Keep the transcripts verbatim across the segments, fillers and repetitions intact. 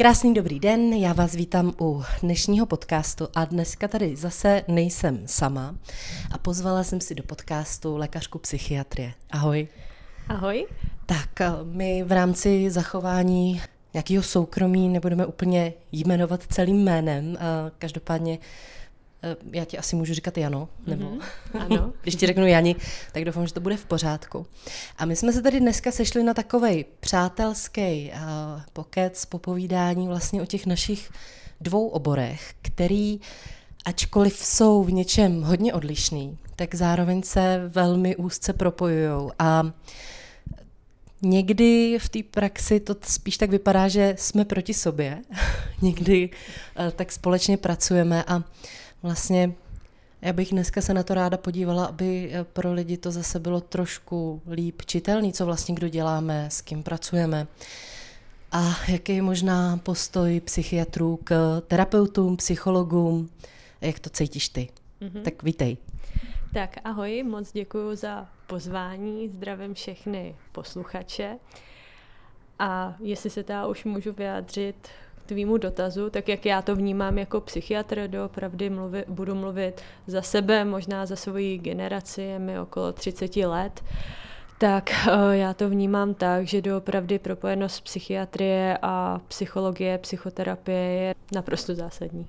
Krásný dobrý den, já vás vítám u dnešního podcastu a dneska tady zase nejsem sama a pozvala jsem si do podcastu lékařku psychiatrie. Ahoj. Ahoj. Tak my v rámci zachování nějakého soukromí nebudeme úplně jmenovat celým jménem, každopádně já ti asi můžu říkat Jano, nebo? Mm-hmm. Ano. Když ti řeknu Jani, tak doufám, že to bude v pořádku. A my jsme se tady dneska sešli na takovej přátelský uh, pokec, popovídání vlastně o těch našich dvou oborech, který, ačkoliv jsou v něčem hodně odlišný, tak zároveň se velmi úzce propojujou. A někdy v té praxi to spíš tak vypadá, že jsme proti sobě. Někdy uh, tak společně pracujeme a vlastně já bych dneska se na to ráda podívala, aby pro lidi to zase bylo trošku líp čitelný, co vlastně kdo děláme, s kým pracujeme a jaký je možná postoj psychiatrů k terapeutům, psychologům, jak to cítíš ty. Mm-hmm. Tak vítej. Tak ahoj, moc děkuji za pozvání, zdravím všechny posluchače a jestli se teda už můžu vyjádřit tvýmu dotazu, tak jak já to vnímám jako psychiatr, doopravdy mluvit, budu mluvit za sebe, možná za svoji generaci, je mi okolo třicet let, tak já to vnímám tak, že doopravdy propojenost psychiatrie a psychologie, psychoterapie je naprosto zásadní.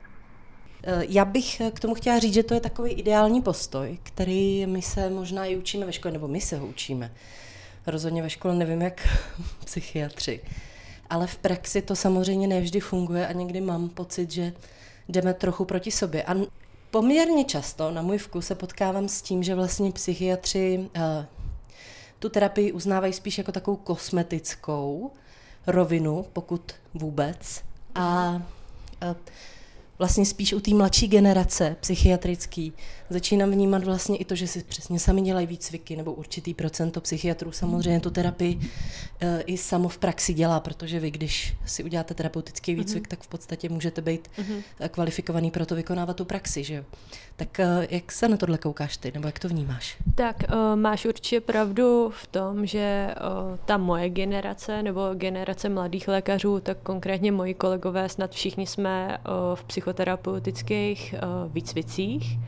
Já bych k tomu chtěla říct, že to je takový ideální postoj, který my se možná i učíme ve škole, nebo my se ho učíme. Rozhodně ve škole nevím, jak psychiatři. Ale v praxi to samozřejmě nevždy funguje a někdy mám pocit, že jdeme trochu proti sobě. A poměrně často na můj vkus se potkávám s tím, že vlastně psychiatři uh, tu terapii uznávají spíš jako takovou kosmetickou rovinu, pokud vůbec. A uh, vlastně spíš u té mladší generace psychiatrický začínám vnímat vlastně i to, že si přesně sami dělají výcviky nebo určitý procento psychiatrů samozřejmě tu terapii e, i samo v praxi dělá, protože vy, když si uděláte terapeutický výcvik, mm-hmm. tak v podstatě můžete být mm-hmm. kvalifikovaný pro to vykonávat tu praxi, že jo? Tak e, jak se na tohle koukáš ty, nebo jak to vnímáš? Tak uh, máš určitě pravdu v tom, že uh, ta moje generace nebo generace mladých lékařů, tak konkrétně moji kolegové, snad všichni jsme uh, v psychoterapeutických uh, výcvicích.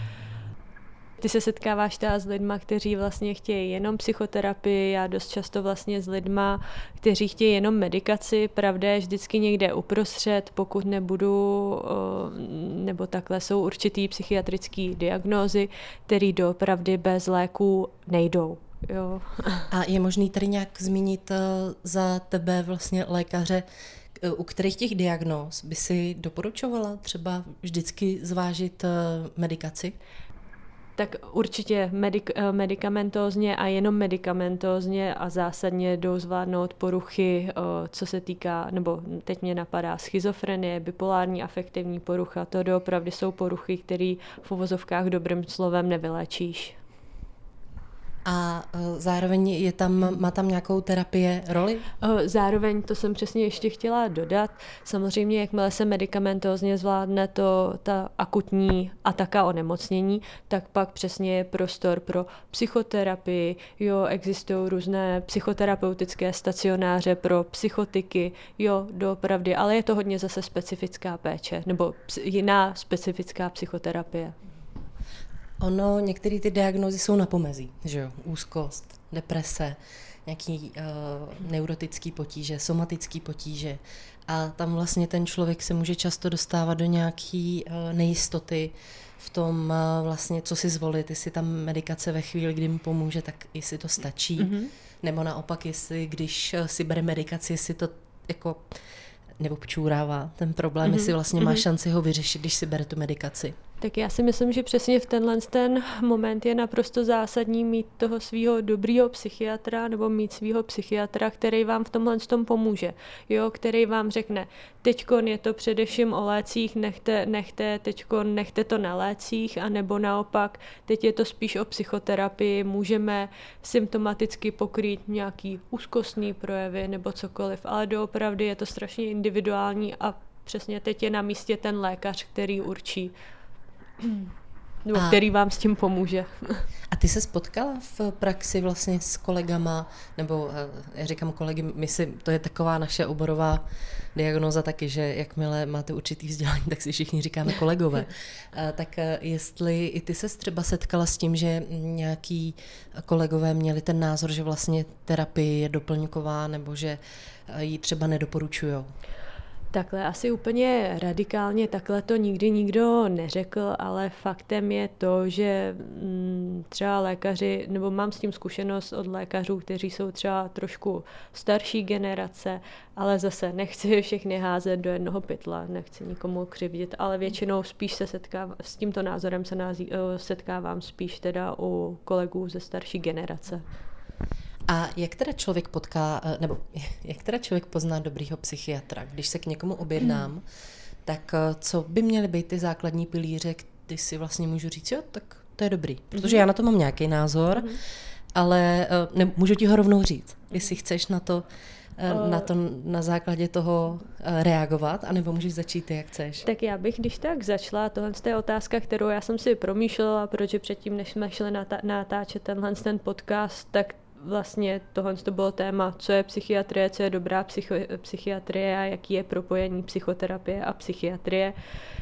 Ty se setkáváš teda s lidma, kteří vlastně chtějí jenom psychoterapii, já dost často vlastně s lidma, kteří chtějí jenom medikaci, pravda je vždycky někde uprostřed, pokud nebudu, nebo takhle jsou určitý psychiatrický diagnózy, které doopravdy bez léků nejdou. Jo. A je možný tady nějak zmínit za tebe vlastně lékaře, u kterých těch diagnóz by si doporučovala třeba vždycky zvážit medikaci? Tak určitě medik- medikamentózně a jenom medikamentózně a zásadně jdou zvládnout poruchy, co se týká, nebo teď mě napadá schizofrenie, bipolární afektivní porucha, to doopravdy jsou poruchy, které v uvozovkách dobrým slovem nevyléčíš. A zároveň je tam, má tam nějakou terapie roli? Zároveň, to jsem přesně ještě chtěla dodat, samozřejmě jakmile se medikamentózně zvládne to, ta akutní ataka onemocnění, tak pak přesně je prostor pro psychoterapii, jo, existují různé psychoterapeutické stacionáře pro psychotiky, jo, doopravdy, ale je to hodně zase specifická péče, nebo jiná specifická psychoterapie. Ono, některé ty diagnózy jsou na pomezí, že jo, úzkost, deprese, nějaký uh, neurotický potíže, somatický potíže a tam vlastně ten člověk se může často dostávat do nějaký uh, nejistoty v tom uh, vlastně, co si zvolit, jestli tam medikace ve chvíli, kdy mu pomůže, tak jestli to stačí, mm-hmm. nebo naopak, jestli když uh, si bere medikaci, jestli to jako neobčůrává ten problém, mm-hmm. jestli vlastně má šanci ho vyřešit, když si bere tu medikaci. Tak já si myslím, že přesně v tenhle ten moment je naprosto zásadní mít toho svého dobrýho psychiatra nebo mít svého psychiatra, který vám v tomhle tom pomůže, jo, který vám řekne, teďkon je to především o lécích, nechte, nechte, teďkon nechte to na lécích, anebo naopak, teď je to spíš o psychoterapii, můžeme symptomaticky pokrýt nějaký úzkostný projevy nebo cokoliv, ale doopravdy je to strašně individuální a přesně teď je na místě ten lékař, který určí. nebo a... který vám s tím pomůže. A ty se spotkala v praxi vlastně s kolegama, nebo já říkám kolegy, my si, to je taková naše oborová diagnoza taky, že jakmile máte určitý vzdělání, tak si všichni říkáme kolegové. Tak jestli i ty se třeba setkala s tím, že nějaký kolegové měli ten názor, že vlastně terapie je doplňková, nebo že ji třeba nedoporučujou? Takhle asi úplně radikálně, takhle to nikdy nikdo neřekl, ale faktem je to, že třeba lékaři, nebo mám s tím zkušenost od lékařů, kteří jsou třeba trošku starší generace, ale zase nechci všechny házet do jednoho pytle, nechci nikomu křivdit, ale většinou spíš se setkávám, s tímto názorem se nází, setkávám spíš teda u kolegů ze starší generace. A jak teda člověk potká, nebo jak teda člověk pozná dobrýho psychiatra? Když se k někomu objednám, hmm. tak co by měly být ty základní pilíře, kdy si vlastně můžu říct, jo, tak to je dobrý. Protože já na to mám nějaký názor, hmm. ale ne, můžu ti ho rovnou říct, jestli chceš na to, na to na základě toho reagovat, anebo můžeš začít ty, jak chceš. Tak já bych, když tak začala, tohle je otázka, kterou já jsem si promýšlela, protože předtím, než jsme šli natáčet tenhle ten podcast, tak vlastně tohle to bylo téma, co je psychiatrie, co je dobrá psycho, psychiatrie a jaký je propojení psychoterapie a psychiatrie.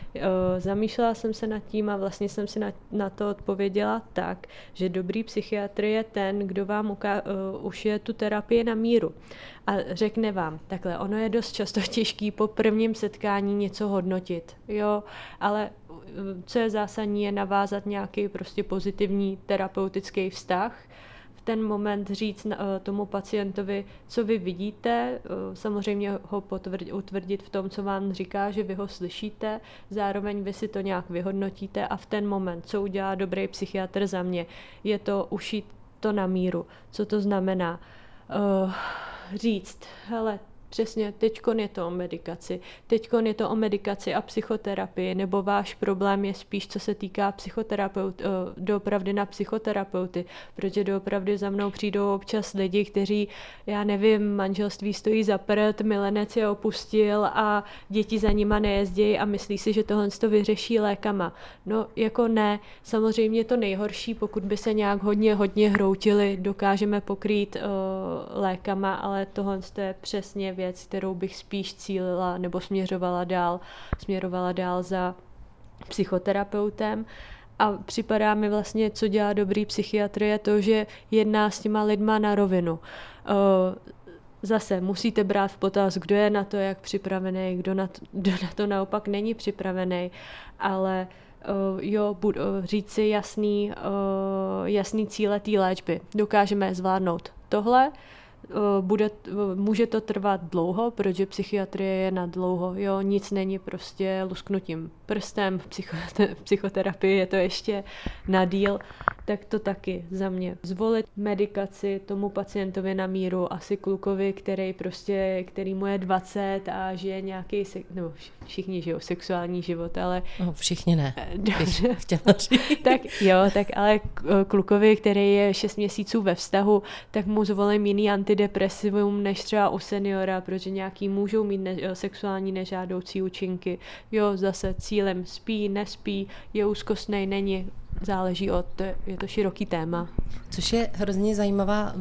Zamýšlela jsem se nad tím a vlastně jsem si na, na to odpověděla tak, že dobrý psychiatr je ten, kdo vám uká, uh, ušije tu terapii na míru a řekne vám, takhle, ono je dost často těžký po prvním setkání něco hodnotit, jo, ale co je zásadní, je navázat nějaký prostě pozitivní terapeutický vztah, ten moment říct tomu pacientovi, co vy vidíte, samozřejmě ho potvrdit, utvrdit v tom, co vám říká, že vy ho slyšíte, zároveň vy si to nějak vyhodnotíte a v ten moment, co udělá dobrý psychiatr za mě, je to ušít to na míru. Co to znamená? Uh, říct, hele, přesně, teďkon je to o medikaci. Teďkon je to o medikaci a psychoterapii, nebo váš problém je spíš, co se týká psychoterapeut, doopravdy na psychoterapeuty, protože doopravdy za mnou přijdou občas lidi, kteří, já nevím, manželství stojí za prd, milenec je opustil a děti za nima nejezdějí a myslí si, že tohle to vyřeší lékama. No, jako ne, samozřejmě to nejhorší, pokud by se nějak hodně, hodně hroutili, dokážeme pokrýt uh, lékama, ale tohle je přesně věc, kterou bych spíš cílila nebo směřovala dál, směrovala dál za psychoterapeutem. A připadá mi vlastně, co dělá dobrý psychiatr, je to, že jedná s těma lidma na rovinu. Zase musíte brát v potaz, kdo je na to jak připravený, kdo na to, kdo na to naopak není připravený, ale jo, budu, říct si jasný, jasný cíle té léčby. Dokážeme zvládnout tohle, Bude, může to trvat dlouho, protože psychiatrie je na dlouho. Jo, nic není prostě lusknutím prstem, v psychote- psychoterapii je to ještě na díl, tak to taky za mě. Zvolit medikaci tomu pacientovi na míru, asi klukovi, který prostě, který mu je dvacet a žije nějaký, se- nebo všichni žijou sexuální život, ale... No, všichni ne. Dobře. Tak jo, tak ale klukovi, který je šest měsíců ve vztahu, tak mu zvolím jiný antidepresivum než třeba u seniora, protože nějaký můžou mít ne- sexuální nežádoucí účinky. Jo, zase cílem spí, nespí, je úzkostnej, není, záleží od, je to široký téma. Což je hrozně zajímavá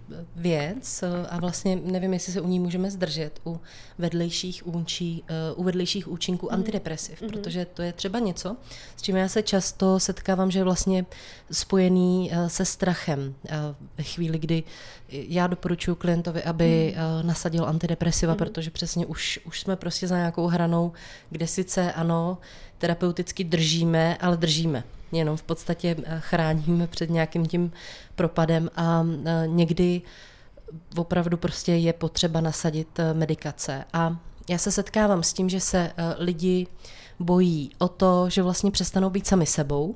věc a vlastně nevím, jestli se u ní můžeme zdržet u vedlejších, účí, u vedlejších účinků mm. antidepresiv, mm. protože to je třeba něco, s čím já se často setkávám, že je vlastně spojený se strachem. Ve chvíli, kdy já doporučuji klientovi, aby mm. nasadil antidepresiva, mm. protože přesně už, už jsme prostě za nějakou hranou, kde sice ano, terapeuticky držíme, ale držíme. Jenom v podstatě chráníme před nějakým tím propadem a někdy opravdu prostě je potřeba nasadit medikace. A já se setkávám s tím, že se lidi bojí o to, že vlastně přestanou být sami sebou.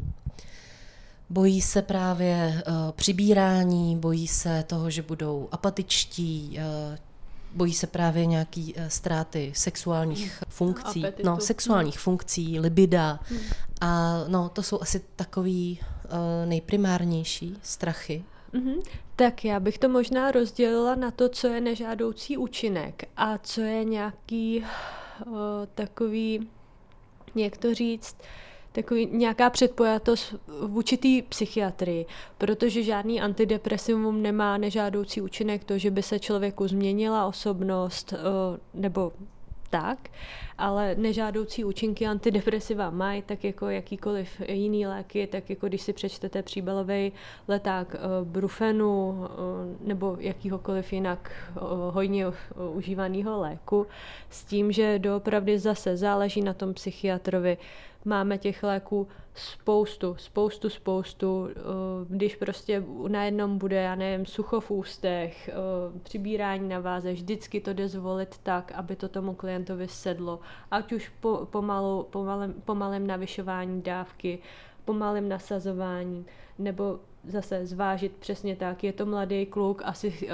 Bojí se právě přibírání, bojí se toho, že budou apatičtí, bojí se právě nějaký uh, ztráty sexuálních funkcí, Apetitu. no, sexuálních funkcí, libida hmm. a no, to jsou asi takový uh, nejprimárnější strachy. Mm-hmm. Tak já bych to možná rozdělila na to, co je nežádoucí účinek a co je nějaký uh, takový, jak to říct, takový nějaká předpojatost v určitý psychiatrii, protože žádný antidepresivum nemá nežádoucí účinek to, že by se člověku změnila osobnost nebo tak, ale nežádoucí účinky antidepresiva mají, tak jako jakýkoliv jiný léky, tak jako když si přečtete příbalový leták Brufenu nebo jakýhokoliv jinak hojně užívaného léku, s tím, že doopravdy zase záleží na tom psychiatrovi. Máme těch léků spoustu, spoustu, spoustu. Když prostě na jednom bude, já nevím, sucho v ústech, přibírání na váze, vždycky to jde zvolit tak, aby to tomu klientovi sedlo. Ať už po, pomalu, pomalém, pomalém navyšování dávky, pomalém nasazování, nebo zase zvážit přesně tak, je to mladý kluk, asi uh,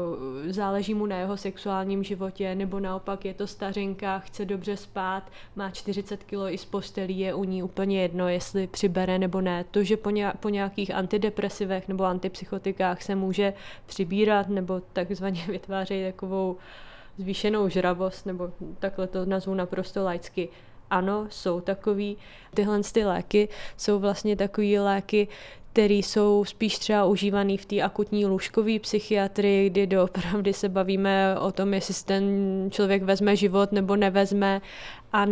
záleží mu na jeho sexuálním životě, nebo naopak je to stařenka, chce dobře spát, má čtyřicet kilo i z postelí, je u ní úplně jedno, jestli přibere nebo ne. To, že po, ně, po nějakých antidepresivech nebo antipsychotikách se může přibírat, nebo takzvaně vytvářejí takovou zvýšenou žravost, nebo takhle to nazvu naprosto laicky. Ano, jsou takový. Tyhle ty léky jsou vlastně takový léky, které jsou spíš třeba užívaný v té akutní lůžkové psychiatrii, kdy doopravdy se bavíme o tom, jestli si ten člověk vezme život nebo nevezme, a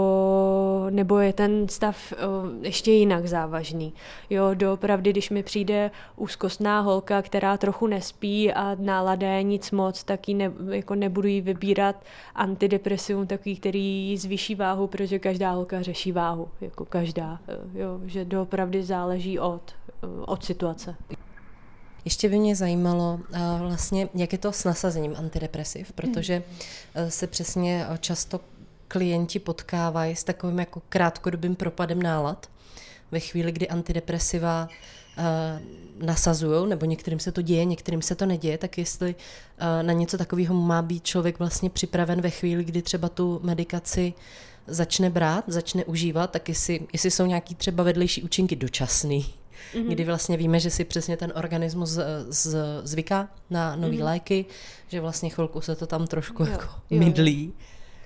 nebo, nebo je ten stav ještě jinak závažný. Jo, doopravdy, když mi přijde úzkostná holka, která trochu nespí a nálada je nic moc, tak jí ne, jako nebudu jí vybírat antidepresivum takový, který jí zvýší váhu, protože každá holka řeší váhu, jako každá. Jo, že doopravdy záleží od, od situace. Ještě by mě zajímalo vlastně, jak je to s nasazením antidepresiv, protože se přesně často klienti potkávají s takovým jako krátkodobým propadem nálad ve chvíli, kdy antidepresiva uh, nasazují, nebo některým se to děje, některým se to neděje, tak jestli uh, na něco takového má být člověk vlastně připraven ve chvíli, kdy třeba tu medikaci začne brát, začne užívat, tak jestli, jestli jsou nějaký třeba vedlejší účinky dočasný, mm-hmm. kdy vlastně víme, že si přesně ten organismus z, z, zvyká na nový mm-hmm. léky, že vlastně chvilku se to tam trošku jo, jako jo, mydlí. Jo.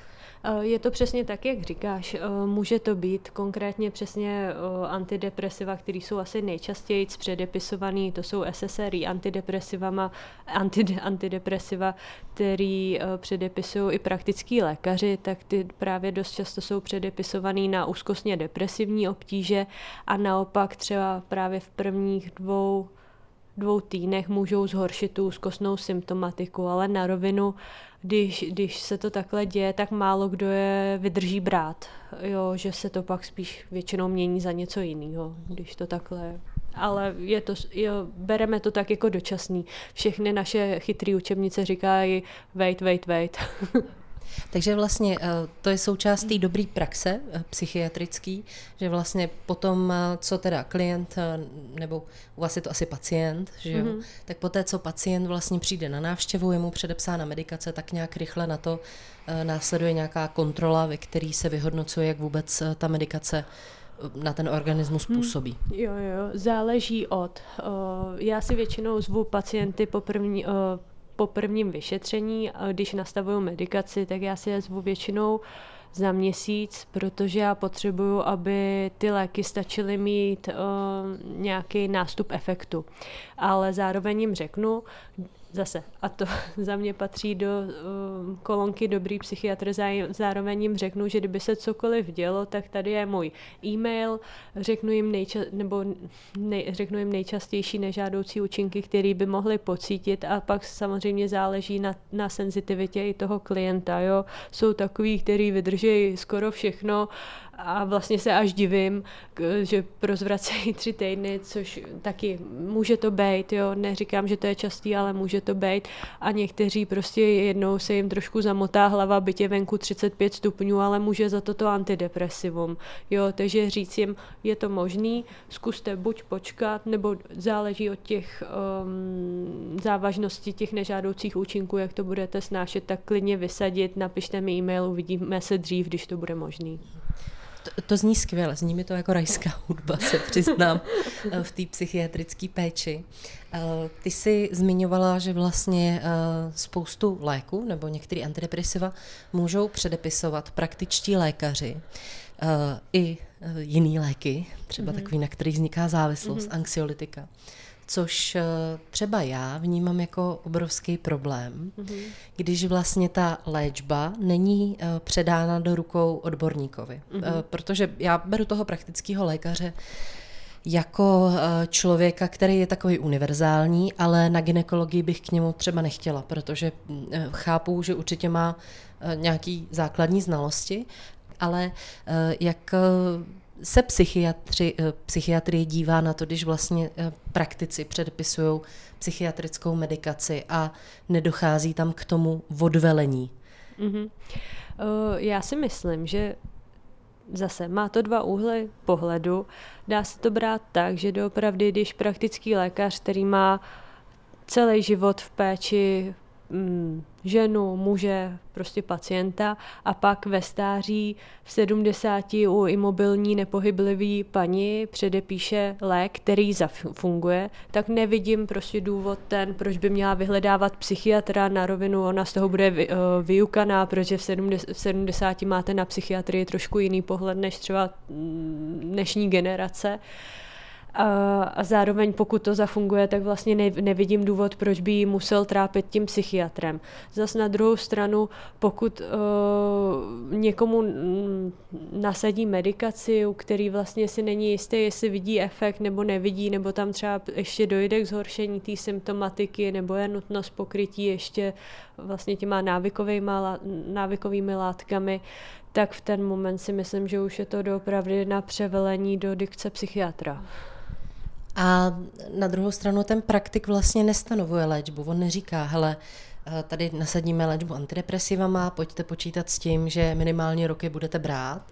Je to přesně tak, jak říkáš. Může to být konkrétně přesně antidepresiva, které jsou asi nejčastěji předepisované, to jsou S S R I antidepresivama, antide, antidepresiva, který předepisují i praktický lékaři, tak ty právě dost často jsou předepisovaný na úzkostně depresivní obtíže a naopak třeba právě v prvních dvou dvou týdnech můžou zhoršit tu úzkostnou symptomatiku, ale na rovinu, když, když se to takhle děje, tak málo kdo je vydrží brát, jo, že se to pak spíš většinou mění za něco jiného, když to takhle. Ale je to, jo, bereme to tak jako dočasný. Všechny naše chytrý učebnice říkají wait, wait, wait. Takže vlastně to je součást té dobré praxe psychiatrický, že vlastně potom, co teda klient, nebo u vás je to asi pacient, že jo? Mm-hmm. Tak poté, co pacient vlastně přijde na návštěvu, je mu předepsána medikace, tak nějak rychle na to následuje nějaká kontrola, ve který se vyhodnocuje, jak vůbec ta medikace na ten organismus působí. Hmm. Jo, jo, záleží od. Já si většinou zvu pacienty po první po prvním vyšetření, když nastavuju medikaci, tak já si je zvu většinou za měsíc, protože já potřebuju, aby ty léky stačily mít uh, nějaký nástup efektu. Ale zároveň jim řeknu, zase, a to za mě patří do uh, kolonky dobrý psychiatr, zároveň jim řeknu, že kdyby se cokoliv dělo, tak tady je můj e-mail, řeknu jim, nejča- nebo nej- řeknu jim nejčastější nežádoucí účinky, které by mohli pocítit a pak samozřejmě záleží na, na senzitivitě i toho klienta. Jo. Jsou takový, který vydrží skoro všechno a vlastně se až divím, že prozvracejí tři týdny, což taky může to být, jo, neříkám, že to je častý, ale může to být a někteří prostě jednou se jim trošku zamotá hlava, byť je venku třicet pět stupňů, ale může za toto antidepresivum, jo, takže říct jim, je to možný, zkuste buď počkat, nebo záleží od těch um, závažností těch nežádoucích účinků, jak to budete snášet, tak klidně vysadit, napište mi e-mail, uvidíme se dřív, když to bude možný. To, to zní skvěle, zní mi to jako rajská hudba, se přiznám, v té psychiatrické péči. Ty jsi zmiňovala, že vlastně spoustu léků nebo některé antidepresiva můžou předepisovat praktičtí lékaři i jiný léky, třeba mm-hmm. takový, na který vzniká závislost, mm-hmm. anxiolytika. Což třeba já vnímám jako obrovský problém, mm-hmm. když vlastně ta léčba není předána do rukou odborníkovi. Mm-hmm. Protože já beru toho praktického lékaře jako člověka, který je takový univerzální, ale na gynekologii bych k němu třeba nechtěla, protože chápu, že určitě má nějaký základní znalosti, ale jak se psychiatři, psychiatrie dívá na to, když vlastně praktici předepisují psychiatrickou medikaci a nedochází tam k tomu odvelení? Mm-hmm. Uh, já si myslím, že zase má to dva úhly pohledu. Dá se to brát tak, že doopravdy, když praktický lékař, který má celý život v péči mm, ženu, muže, prostě pacienta a pak ve stáří v sedmdesáti u imobilní nepohyblivý paní předepíše lék, který zafunguje, tak nevidím prostě důvod ten, proč by měla vyhledávat psychiatra na rovinu, ona z toho bude vy, uh, vyukaná, protože v sedmdesáti máte na psychiatrii trošku jiný pohled než třeba dnešní generace. A zároveň pokud to zafunguje, tak vlastně nevidím důvod, proč by ji musel trápit tím psychiatrem. Zas na druhou stranu, pokud uh, někomu nasadí medikaci, u který vlastně si není jistý, jestli vidí efekt nebo nevidí, nebo tam třeba ještě dojde k zhoršení té symptomatiky, nebo je nutnost pokrytí ještě vlastně těma návykovými, návykovými látkami, tak v ten moment si myslím, že už je to doopravdy na převelení do dikce psychiatra. A na druhou stranu ten praktik vlastně nestanovuje léčbu. On neříká, hele, tady nasadíme léčbu antidepresivama, pojďte počítat s tím, že minimálně roky budete brát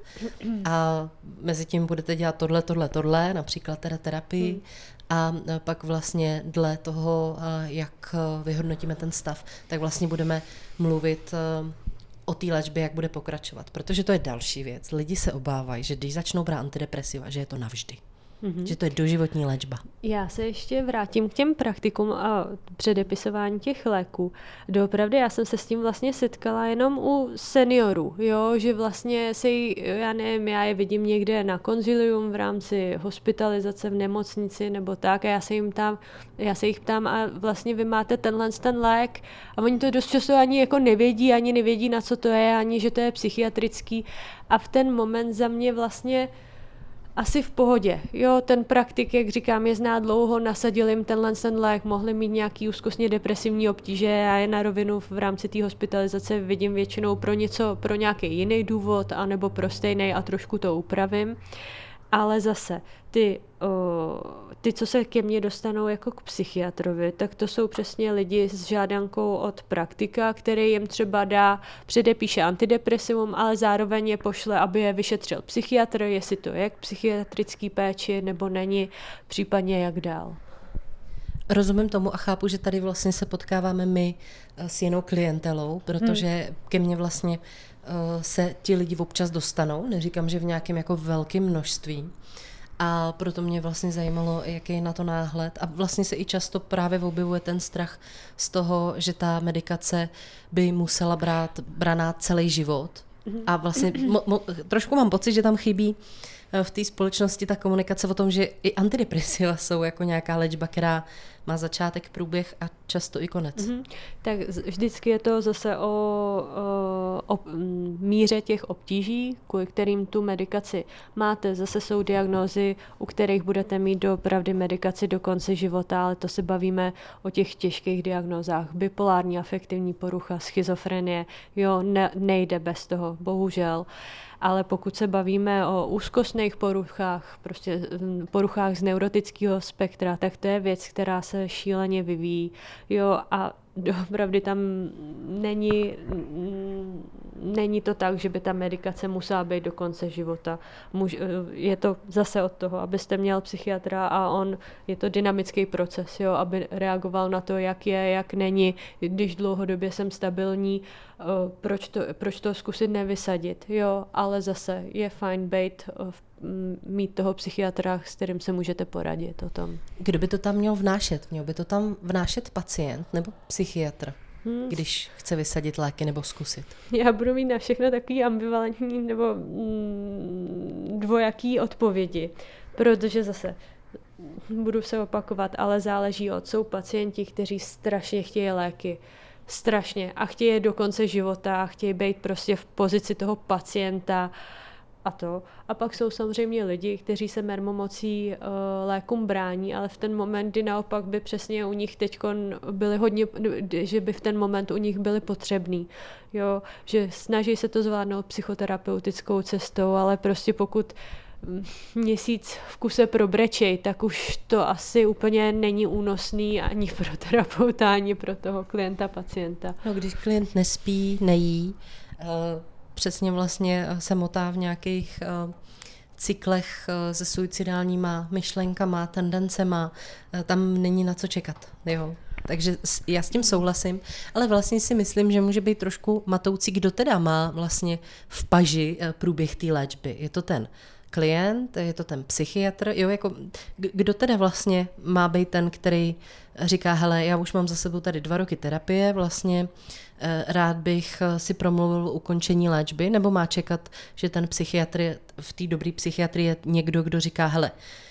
a mezi tím budete dělat tohle, tohle, tohle, například teda terapii hmm. a pak vlastně dle toho, jak vyhodnotíme ten stav, tak vlastně budeme mluvit o té léčbě, jak bude pokračovat. Protože to je další věc. Lidi se obávají, že když začnou brát antidepresiva, že je to navždy. Mm-hmm. Že to je doživotní léčba. Já se ještě vrátím k těm praktikům a předepisování těch léků. Doopravdy já jsem se s tím vlastně setkala jenom u seniorů, jo, že vlastně se jí, já nevím, já je vidím někde na konzilium v rámci hospitalizace v nemocnici nebo tak a já se jim tam, já se jich ptám a vlastně vy máte tenhle ten lék a oni to dost často ani jako nevědí, ani nevědí, na co to je, ani že to je psychiatrický a v ten moment za mě vlastně asi v pohodě. Jo, ten praktik, jak říkám, je zná dlouho, nasadil jim tenhle ten lék, mohli mít nějaký úzkostně depresivní obtíže, já je na rovinu v rámci té hospitalizace vidím většinou pro něco, pro nějaký jiný důvod, anebo pro stejný a trošku to upravím. Ale zase, ty, o, ty, co se ke mně dostanou jako k psychiatrovi, tak to jsou přesně lidi s žádankou od praktika, který jim třeba dá, předepíše antidepresivum, ale zároveň je pošle, aby je vyšetřil psychiatr, jestli to je k psychiatrický péči, nebo není, případně jak dál. Rozumím tomu a chápu, že tady vlastně se potkáváme my s jinou klientelou, protože hmm. ke mně vlastně se ti lidi občas dostanou, neříkám, že v nějakém jako velkém množství. A proto mě vlastně zajímalo, jaký je na to náhled. A vlastně se i často právě objevuje ten strach z toho, že ta medikace by musela brát braná celý život. A vlastně mo, mo, trošku mám pocit, že tam chybí v té společnosti ta komunikace o tom, že i antidepresiva jsou jako nějaká léčba, která má začátek, průběh a často i konec. Mm-hmm. Tak vždycky je to zase o, o, o míře těch obtíží, kvůli kterým tu medikaci máte. Zase jsou diagnózy, u kterých budete mít doopravdy medikaci do konce života, ale to se bavíme o těch těžkých diagnózách. Bipolární afektivní porucha, schizofrenie, jo, ne, nejde bez toho, bohužel. Ale pokud se bavíme o úzkostných poruchách, prostě poruchách z neurotického spektra, tak to je věc, která se šíleně vyvíjí. Jo, a doopravdy tam není, není to tak, že by ta medikace musela být do konce života. Je to zase od toho, abyste měl psychiatra a on, je to dynamický proces, jo, aby reagoval na to, jak je, jak není, když dlouhodobě jsem stabilní, proč to, proč to zkusit nevysadit, jo, ale zase je fajn být, mít toho psychiatra, s kterým se můžete poradit o tom. Kdo by to tam měl vnášet? Měl by to tam vnášet pacient nebo psychiatr, hmm. když chce vysadit léky nebo zkusit? Já budu mít na všechno takový ambivalentní nebo mm, dvojaký odpovědi, protože zase budu se opakovat, ale záleží od, jsou pacienti, kteří strašně chtějí léky, strašně a chtějí je do konce života a chtějí být prostě v pozici toho pacienta a to. A pak jsou samozřejmě lidi, kteří se mermomocí uh, lékům brání, ale v ten moment, kdy naopak by přesně u nich teďkon byli hodně, že by v ten moment u nich byli potřební. Jo, že snaží se to zvládnout psychoterapeutickou cestou, ale prostě pokud měsíc v kuse probrečej, tak už to asi úplně není únosný ani pro terapeuta, ani pro toho klienta, pacienta. No, když klient nespí, nejí, uh, přesně vlastně se motá v nějakých uh, cyklech uh, se suicidálníma myšlenkama, tendencema, uh, tam není na co čekat, jo. Takže já s tím souhlasím, ale vlastně si myslím, že může být trošku matoucí, kdo teda má vlastně v paži uh, průběh té léčby. Je to ten klient, je to ten psychiatr, jo, jako kdo teda vlastně má být ten, který říká, hele, já už mám za sebou tady dva roky terapie, vlastně rád bych si promluvil o ukončení léčby, nebo má čekat, že ten psychiatr je, v té dobré psychiatrii je někdo, kdo říká, hele,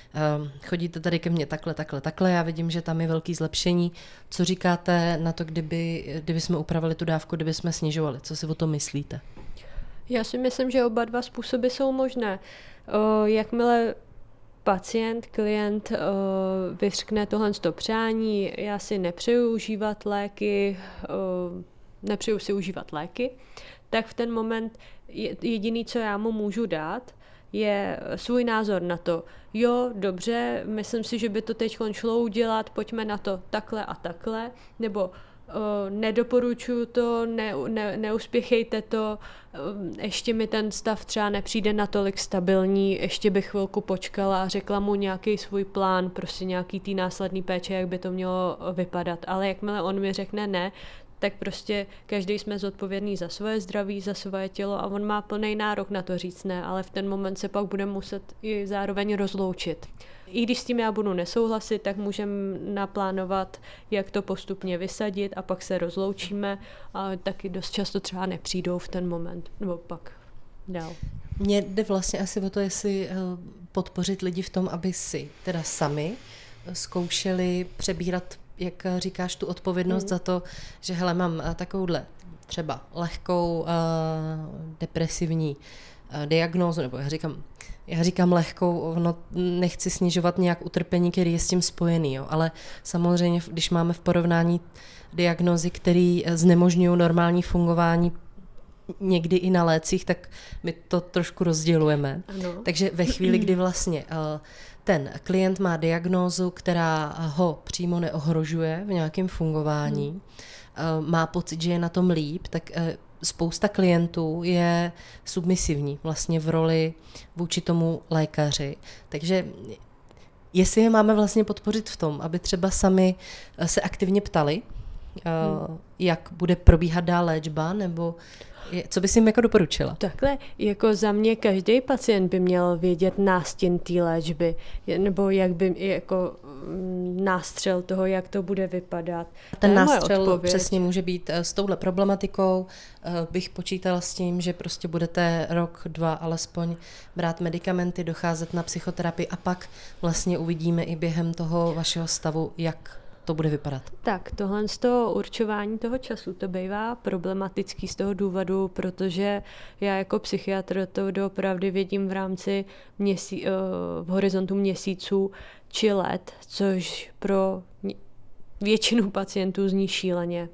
chodíte tady ke mně takhle, takhle, takhle, já vidím, že tam je velký zlepšení. Co říkáte na to, kdyby, kdyby jsme upravili tu dávku, kdyby jsme snižovali? Co si o tom myslíte? Já si myslím, že oba dva způsoby jsou možné. O, jakmile pacient, klient o, vyřkne tohle přání, já si nepřeju užívat léky, o, nepřeju si užívat léky, tak v ten moment jediný, co já mu můžu dát, je svůj názor na to. Jo, dobře, myslím si, že by to teď šlo udělat, pojďme na to takhle a takhle, nebo Uh, nedoporučuju to, ne, ne, neuspěchejte to, uh, ještě mi ten stav třeba nepřijde natolik stabilní, ještě bych chvilku počkala a řekla mu nějaký svůj plán, prostě nějaký tý následný péče, jak by to mělo vypadat. Ale jakmile on mi řekne ne, tak prostě každý jsme zodpovědný za svoje zdraví, za svoje tělo a on má plný nárok na to říct ne, ale v ten moment se pak budeme muset i zároveň rozloučit. I když s tím já budu nesouhlasit, tak můžeme naplánovat, jak to postupně vysadit a pak se rozloučíme a taky dost často třeba nepřijdou v ten moment, nebo pak dál. Mně jde vlastně asi o to, jestli podpořit lidi v tom, aby si teda sami zkoušeli přebírat, jak říkáš, tu odpovědnost hmm. za to, že hele, mám takovouhle třeba lehkou uh, depresivní uh, diagnózu, nebo já říkám, já říkám lehkou, no, nechci snižovat nějak utrpení, který je s tím spojený, jo, ale samozřejmě, když máme v porovnání diagnózy, které znemožňují normální fungování někdy i na lécích, tak my to trošku rozdělujeme. Ano. Takže ve chvíli, kdy vlastně uh, ten klient má diagnózu, která ho přímo neohrožuje v nějakém fungování, hmm. má pocit, že je na tom líp, tak spousta klientů je submisivní vlastně v roli vůči tomu lékaři. Takže jestli je máme vlastně podpořit v tom, aby třeba sami se aktivně ptali, hmm. jak bude probíhat dál léčba, nebo co bys jim jako doporučila? Takhle, jako za mě každý pacient by měl vědět nástin té léčby, nebo jak by jako nástřel toho, jak to bude vypadat. Ten nástřel přesně může být s touhle problematikou. Bych počítala s tím, že prostě budete rok, dva alespoň brát medicamenty, docházet na psychoterapii a pak vlastně uvidíme i během toho vašeho stavu, jak to bude vypadat. Tak, tohle z toho určování toho času, to bývá problematický z toho důvodu, protože já jako psychiatr to doopravdy vidím v rámci měsí, v horizontu měsíců či let, což pro většinu pacientů zní šíleně.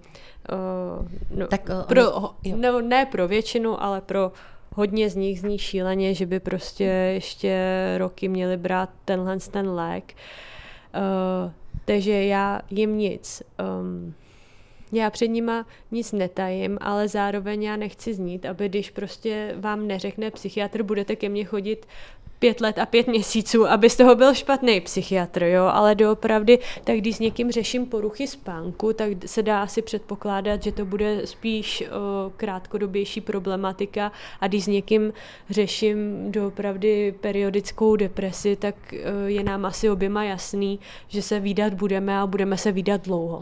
No, tak, pro, no, ne pro většinu, ale pro hodně z nich zní šíleně, že by prostě ještě roky měli brát tenhle ten lék. Uh, takže já jim nic um, Já před nima nic netajím, ale zároveň já nechci znít, aby když prostě vám neřekne psychiatr, budete ke mně chodit pět let a pět měsíců, aby z toho byl špatný psychiatr, jo, ale doopravdy, tak když s někým řeším poruchy spánku, tak se dá asi předpokládat, že to bude spíš o, krátkodobější problematika a když s někým řeším doopravdy periodickou depresi, tak o, je nám asi oběma jasný, že se vídat budeme a budeme se vídat dlouho.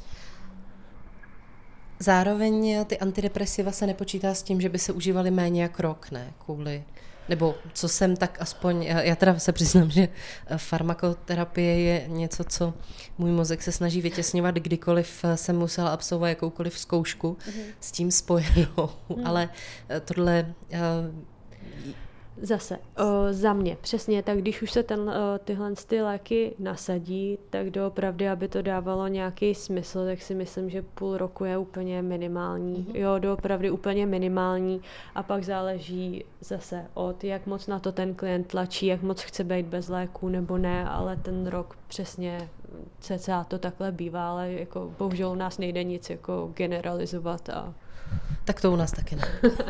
Zároveň ty antidepresiva se nepočítá s tím, že by se užívaly méně jak rok, ne? Kvůli nebo co jsem tak aspoň, já teda se přiznám, že farmakoterapie je něco, co můj mozek se snaží vytěsňovat, kdykoliv jsem musela absolvovat jakoukoliv zkoušku mm. s tím spojenou, mm. ale tohle... Zase, o, za mě, přesně, tak když už se ten, o, tyhle ty léky nasadí, tak doopravdy, aby to dávalo nějaký smysl, tak si myslím, že půl roku je úplně minimální. Mm-hmm. Jo, doopravdy úplně minimální a pak záleží zase od, jak moc na to ten klient tlačí, jak moc chce být bez léků nebo ne, ale ten rok přesně cca to takhle bývá, ale jako bohužel u nás nejde nic jako generalizovat. A... Tak to u nás taky ne.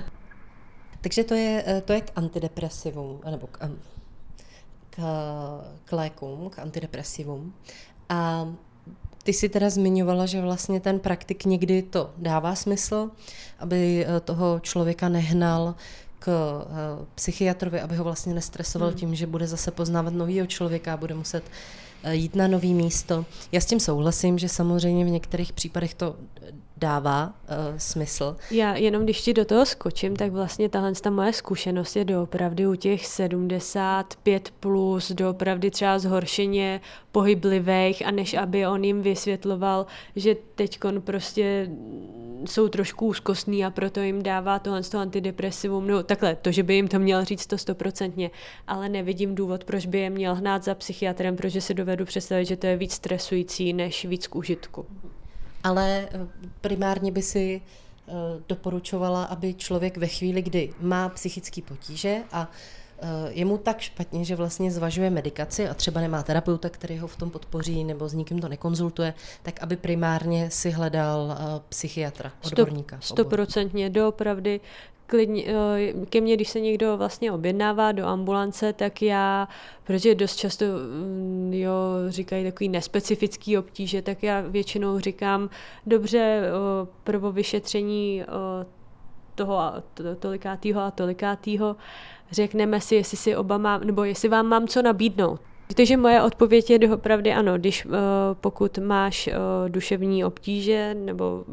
Takže to je, to je k antidepresivům, nebo k, k, k lékům, k antidepresivům. A ty si teda zmiňovala, že vlastně ten praktik někdy to dává smysl, aby toho člověka nehnal k psychiatrovi, aby ho vlastně nestresoval hmm. tím, že bude zase poznávat novýho člověka a bude muset jít na nový místo. Já s tím souhlasím, že samozřejmě v některých případech to dává uh, smysl. Já jenom když ti do toho skočím, tak vlastně tahle ta moje zkušenost je doopravdy u těch sedmdesát pět plus, doopravdy třeba zhoršeně pohyblivých a než aby on jim vysvětloval, že teďkon prostě jsou trošku úzkostní a proto jim dává tohle toho antidepresivum, no takhle, to, že by jim to měl říct to stoprocentně, ale nevidím důvod, proč by je měl hnát za psychiatrem, protože si dovedu představit, že to je víc stresující, než víc k užitku. Ale primárně by si doporučovala, aby člověk ve chvíli, kdy má psychické potíže a je mu tak špatně, že vlastně zvažuje medikaci a třeba nemá terapeuta, který ho v tom podpoří nebo s nikým to nekonzultuje, tak aby primárně si hledal psychiatra, odborníka. Stoprocentně, doopravdy. Klidně, ke mně, když se někdo vlastně objednává do ambulance, tak já, protože dost často jo, říkají takový nespecifický obtíže, tak já většinou říkám, dobře, prvo vyšetření toho a tolikátýho a tolikátýho, řekneme si, jestli si oba mám, nebo jestli vám mám co nabídnout. Takže moje odpověď je doopravdy ano, když uh, pokud máš uh, duševní obtíže nebo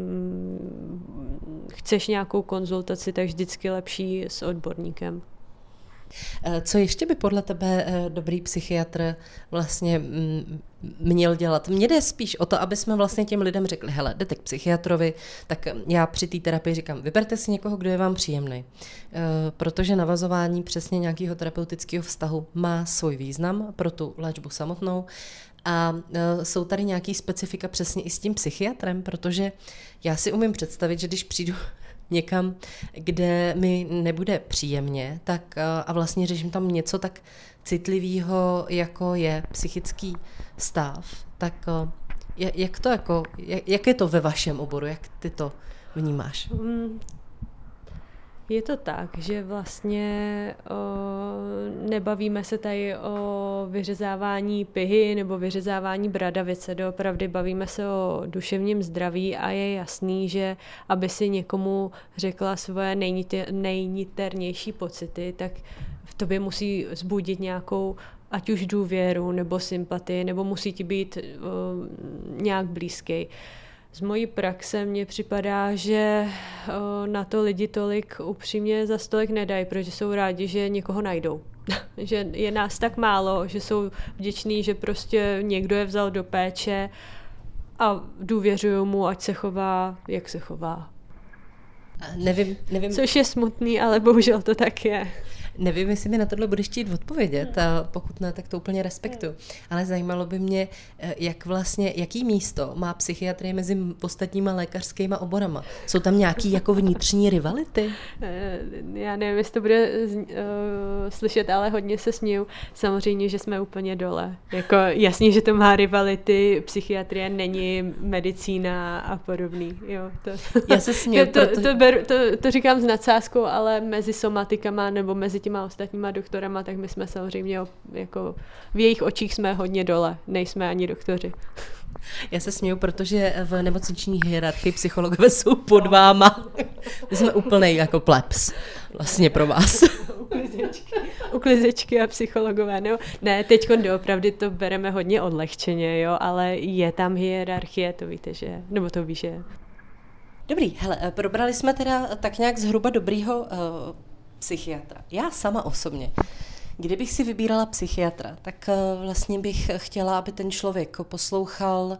um, chceš nějakou konzultaci, tak vždycky lepší s odborníkem. Co ještě by podle tebe dobrý psychiatr vlastně měl dělat? Mně jde spíš o to, aby jsme vlastně těm lidem řekli, hele, jdete k psychiatrovi, tak já při té terapii říkám, vyberte si někoho, kdo je vám příjemný. Protože navazování přesně nějakého terapeutického vztahu má svůj význam pro tu léčbu samotnou. A jsou tady nějaký specifika přesně i s tím psychiatrem, protože já si umím představit, že když přijdu někam, kde mi nebude příjemně, tak a vlastně řeším tam něco tak citlivého, jako je psychický stav, tak jak to jako, jak je to ve vašem oboru, jak ty to vnímáš? Je to tak, že vlastně o, nebavíme se tady o vyřezávání pihy nebo vyřezávání bradavice, doopravdy bavíme se o duševním zdraví a je jasný, že aby si někomu řekla svoje nejniternější pocity, tak v tobě musí vzbudit nějakou ať už důvěru nebo sympatii, nebo musí ti být o, nějak blízký. Z mojí praxe mně připadá, že o, na to lidi tolik upřímně za stolik nedají, protože jsou rádi, že někoho najdou. Že je nás tak málo, že jsou vděční, že prostě někdo je vzal do péče a důvěřují mu, ať se chová, jak se chová. Nevím, nevím. Což je smutný, ale bohužel to tak je. Nevím, jestli mi na tohle budeš chtít odpovědět, a pokud ne, tak to úplně respektuju. Ale zajímalo by mě, jak vlastně, jaký místo má psychiatrie mezi ostatníma lékařskýma oborama. Jsou tam nějaký jako vnitřní rivality? Já nevím, jestli to bude uh, slyšet, ale hodně se směju. Samozřejmě, že jsme úplně dole. Jako jasně, že to má rivality, psychiatrie není medicína a podobný. Jo, to, Já se směju, to, to, proto... to, beru, to, to říkám s nadsázkou, ale mezi somatikama nebo mezi těma ostatníma doktorama, tak my jsme samozřejmě jako v jejich očích jsme hodně dole, nejsme ani doktoři. Já se směju, protože v nemocniční hierarchii psychologové jsou pod váma. My jsme úplnej jako plebs vlastně pro vás. Uklizečky, uklizečky a psychologové. No, ne, teď doopravdy to bereme hodně odlehčeně, jo, ale je tam hierarchie, to víte, že, nebo to víš, že... Dobrý, hele, probrali jsme teda tak nějak zhruba dobrýho uh, psychiatra. Já sama osobně, kdybych si vybírala psychiatra, tak uh, vlastně bych chtěla, aby ten člověk poslouchal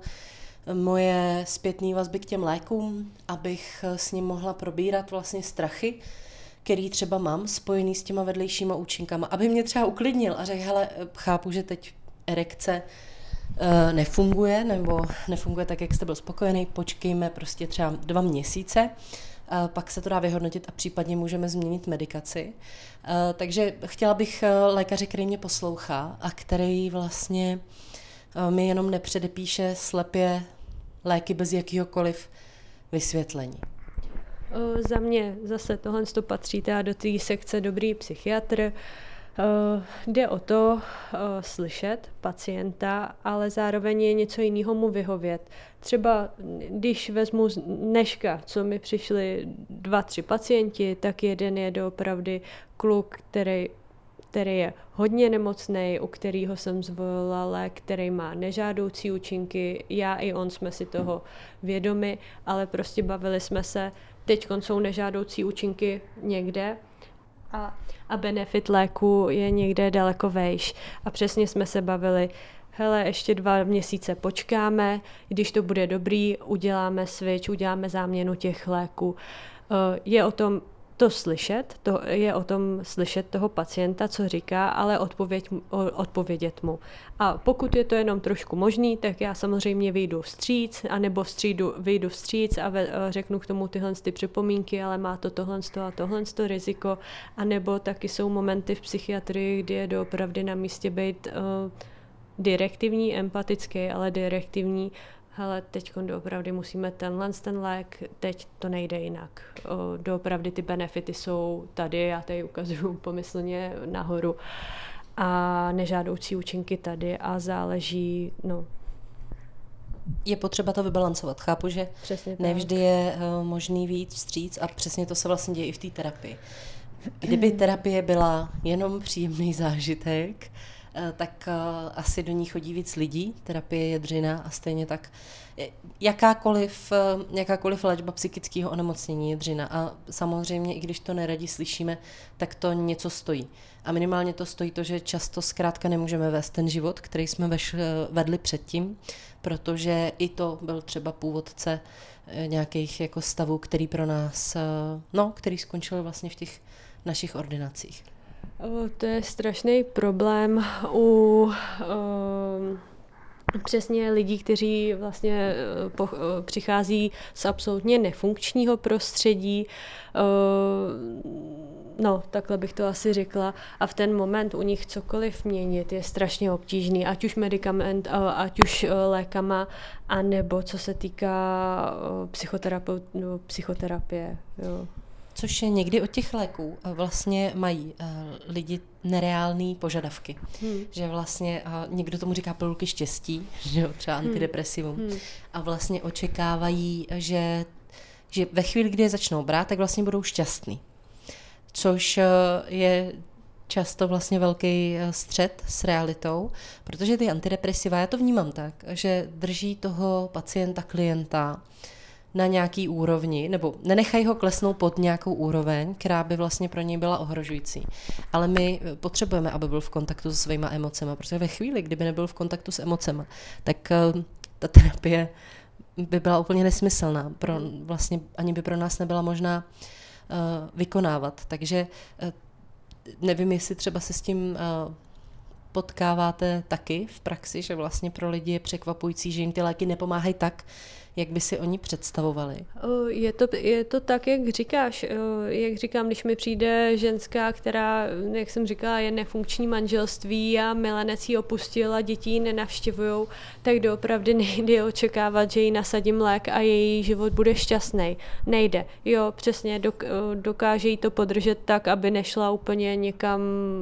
moje zpětné vazby k těm lékům, abych s ním mohla probírat vlastně strachy, který třeba mám spojený s těma vedlejšíma účinkama, aby mě třeba uklidnil a řekl, hele, chápu, že teď erekce uh, nefunguje, nebo nefunguje tak, jak jste byl spokojený, počkejme prostě třeba dva měsíce, uh, pak se to dá vyhodnotit a případně můžeme změnit medikaci. Uh, takže chtěla bych uh, lékaře, který mě poslouchá a který vlastně uh, mi jenom nepředepíše slepě léky bez jakýhokoliv vysvětlení. O, za mě zase tohle to patří teda do té sekce dobrý psychiatr. Uh, jde o to uh, slyšet pacienta, ale zároveň je něco jiného mu vyhovět. Třeba když vezmu z dneška, co mi přišli dva, tři pacienti, tak jeden je doopravdy kluk, který, který je hodně nemocný, u kterého jsem zvolila lék, který má nežádoucí účinky. Já i on jsme si toho vědomi, ale prostě bavili jsme se, teď jsou nežádoucí účinky někde, A, a benefit léku je někde daleko vejš. A přesně jsme se bavili, hele, ještě dva měsíce počkáme, když to bude dobrý, uděláme switch, uděláme záměnu těch léků. Je o tom to slyšet, to je o tom slyšet toho pacienta, co říká, ale odpověď, odpovědět mu. A pokud je to jenom trošku možný, tak já samozřejmě vyjdu vstříc, anebo vstřídu, vyjdu vstříc a ve, řeknu k tomu tyhle ty připomínky, ale má to tohle a tohle riziko, anebo taky jsou momenty v psychiatrii, kdy je doopravdy na místě být uh, direktivní, empatický, ale direktivní. Hele, teď doopravdy musíme tenhle ten lék, teď to nejde jinak. O, doopravdy ty benefity jsou tady, já tady ukazuju pomyslně nahoru a nežádoucí účinky tady a záleží, no. Je potřeba to vybalancovat. Chápu, že nevždy je uh, možný vyjít vstříc a přesně to se vlastně děje i v té terapii. Kdyby terapie byla jenom příjemný zážitek, tak asi do ní chodí víc lidí, terapie je dřina a stejně tak jakákoliv, jakákoliv léčba psychického onemocnění je dřina a samozřejmě, i když to neradi slyšíme, tak to něco stojí. A minimálně to stojí to, že často zkrátka nemůžeme vést ten život, který jsme veš, vedli předtím, protože i to byl třeba původce nějakých jako stavů, který pro nás, no, který skončil vlastně v těch našich ordinacích. O, to je strašný problém u um, přesně lidí, kteří vlastně po, přichází z absolutně nefunkčního prostředí. Um, no, takhle bych to asi řekla. A v ten moment u nich cokoliv měnit je strašně obtížný, ať už medicament, ať už lékama, anebo co se týká psychoterapeut, no, psychoterapie. Jo. Což je někdy od těch léků vlastně mají uh, lidi nereální požadavky. Hmm. Že vlastně, uh, někdo tomu říká pilulky štěstí, že jo, třeba antidepresivum. Hmm. A vlastně očekávají, že, že ve chvíli, kdy je začnou brát, tak vlastně budou šťastný. Což uh, je často vlastně velký střet s realitou, protože ty antidepresiva, já to vnímám tak, že drží toho pacienta, klienta na nějaký úrovni, nebo nenechají ho klesnout pod nějakou úroveň, která by vlastně pro něj byla ohrožující. Ale my potřebujeme, aby byl v kontaktu se svýma emocema, protože ve chvíli, kdyby nebyl v kontaktu s emocema, tak ta terapie by byla úplně nesmyslná. Pro, vlastně ani by pro nás nebyla možná uh, vykonávat. Takže uh, nevím, jestli třeba se s tím potkáváte taky v praxi, že vlastně pro lidi je překvapující, že jim ty léky nepomáhají tak, jak by si oni představovali. Je to, je to tak, jak říkáš. Jak říkám, když mi přijde ženská, která, jak jsem říkala, je nefunkční manželství a milenec ji opustil a děti ji nenavštěvujou, tak doopravdy nejde očekávat, že jí nasadím lék a její život bude šťastný. Nejde. Jo, přesně, dokáže jí to podržet tak, aby nešla úplně někam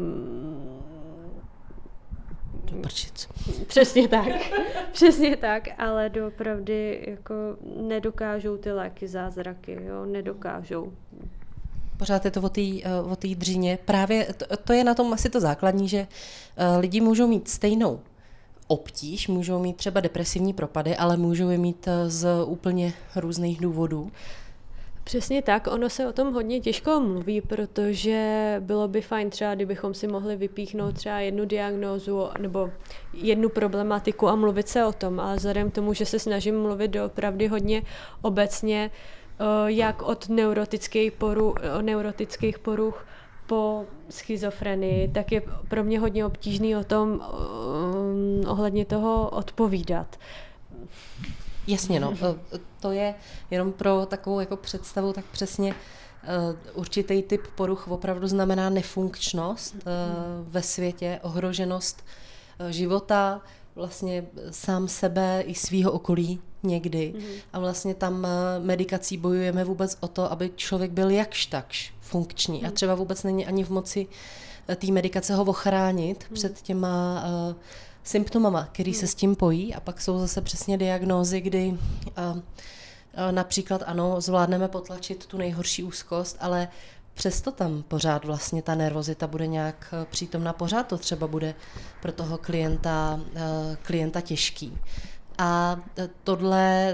do prčic. Přesně tak, přesně tak, ale doopravdy jako nedokážou ty léky zázraky, jo, nedokážou. Pořád je to o té o té dříně. Právě to, to je na tom asi to základní, že uh, lidi můžou mít stejnou obtíž, můžou mít třeba depresivní propady, ale můžou je mít z úplně různých důvodů. Přesně tak, ono se o tom hodně těžko mluví, protože bylo by fajn třeba, kdybychom si mohli vypíchnout třeba jednu diagnózu nebo jednu problematiku a mluvit se o tom, ale vzhledem k tomu, že se snažím mluvit doopravdy hodně obecně, jak od neurotických poruch, neurotických poruch po schizofrenii, tak je pro mě hodně obtížný o tom um, ohledně toho odpovídat. Jasně, no. To je jenom pro takovou jako představu, tak přesně uh, určitý typ poruch opravdu znamená nefunkčnost uh, ve světě, ohroženost uh, života, vlastně sám sebe i svýho okolí někdy. Mm. A vlastně tam uh, medikací bojujeme vůbec o to, aby člověk byl jakž takž funkční. Mm. A třeba vůbec není ani v moci uh, té medikace ho ochránit mm. před těma uh, symptomama, který se s tím pojí, a pak jsou zase přesně diagnózy, kdy uh, uh, například ano, zvládneme potlačit tu nejhorší úzkost, ale přesto tam pořád vlastně ta nervozita bude nějak uh, přítomná, pořád to třeba bude pro toho klienta, uh, klienta těžký. A uh, tohle,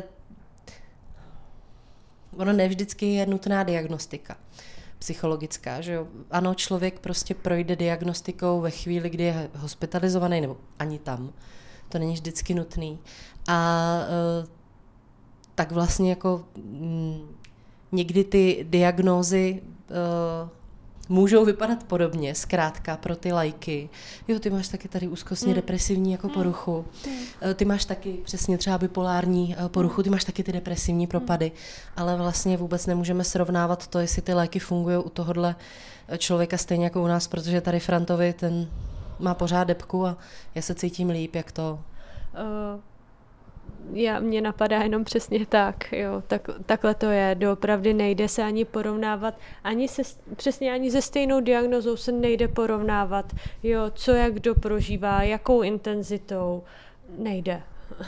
ono nevždycky je nutná diagnostika psychologická, že jo. Ano, člověk prostě projde diagnostikou ve chvíli, kdy je hospitalizovaný, nebo ani tam. To není vždycky nutný. A e, tak vlastně jako m, někdy ty diagnózy e, můžou vypadat podobně, zkrátka pro ty lajky. Jo, ty máš taky tady úzkostně mm. depresivní jako poruchu. Mm. Ty máš taky přesně třeba bipolární poruchu, ty máš taky ty depresivní propady, mm. ale vlastně vůbec nemůžeme srovnávat to, jestli ty léky fungují u tohohle člověka stejně jako u nás, protože tady Frantovi ten má pořád depku a já se cítím líp, jak to... Uh... Já, mě napadá jenom přesně tak, jo, tak, takhle to je, doopravdy nejde se ani porovnávat, ani se, přesně ani se stejnou diagnozou se nejde porovnávat, jo, co jak kdo prožívá, jakou intenzitou, nejde.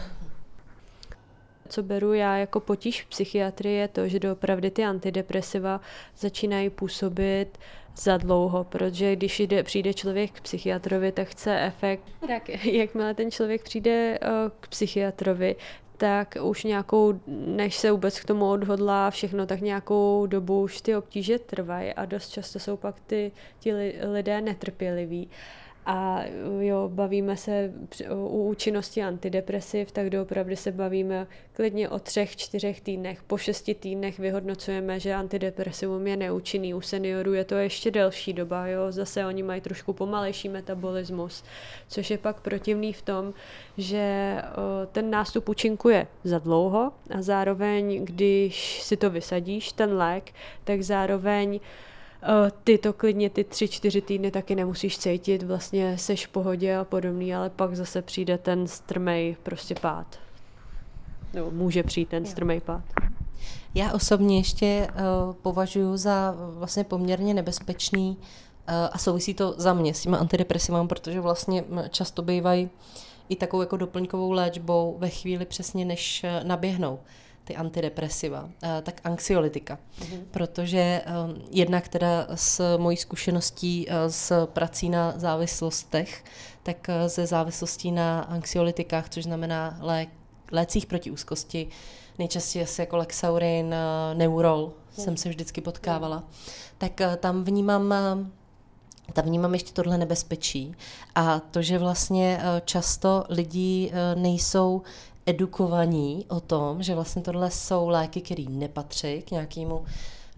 Co beru já jako potíž v psychiatrii je to, že doopravdy ty antidepresiva začínají působit za dlouho, protože když jde, přijde člověk k psychiatrovi, tak chce efekt. Tak jakmile ten člověk přijde uh, k psychiatrovi, tak už nějakou, než se vůbec k tomu odhodlá všechno, tak nějakou dobu už ty obtíže trvají a dost často jsou pak ty, ti lidé netrpěliví. A jo, bavíme se u účinnosti antidepresiv, tak doopravdy se bavíme klidně o třech, čtyřech týdnech. Po šesti týdnech vyhodnocujeme, že antidepresivum je neúčinný. U seniorů je to ještě delší doba, jo. Zase oni mají trošku pomalejší metabolismus, což je pak protivný v tom, že o, ten nástup účinkuje za dlouho a zároveň, když si to vysadíš, ten lék, tak zároveň ty to klidně ty tři, čtyři týdny taky nemusíš cítit, vlastně seš v pohodě a podobný, ale pak zase přijde ten strmej prostě pád. No, může přijít ten strmej pád. Já osobně ještě uh, považuji za vlastně poměrně nebezpečný uh, a souvisí to za mě s těma antidepresivami, protože vlastně často bývají i takovou jako doplňkovou léčbou ve chvíli přesně než naběhnou ty antidepresiva, tak anxiolytika. Mm-hmm. Protože um, jednak teda s mojí zkušeností uh, s prací na závislostech, tak uh, ze závislostí na anxiolytikách, což znamená lé, lécích proti úzkosti, nejčastěji asi jako Lexaurin, uh, Neurol, mm. jsem se vždycky potkávala, mm. tak uh, tam vnímám uh, tam vnímám ještě tohle nebezpečí a to, že vlastně uh, často lidi uh, nejsou edukovaní o tom, že vlastně tohle jsou léky, které nepatří k nějakému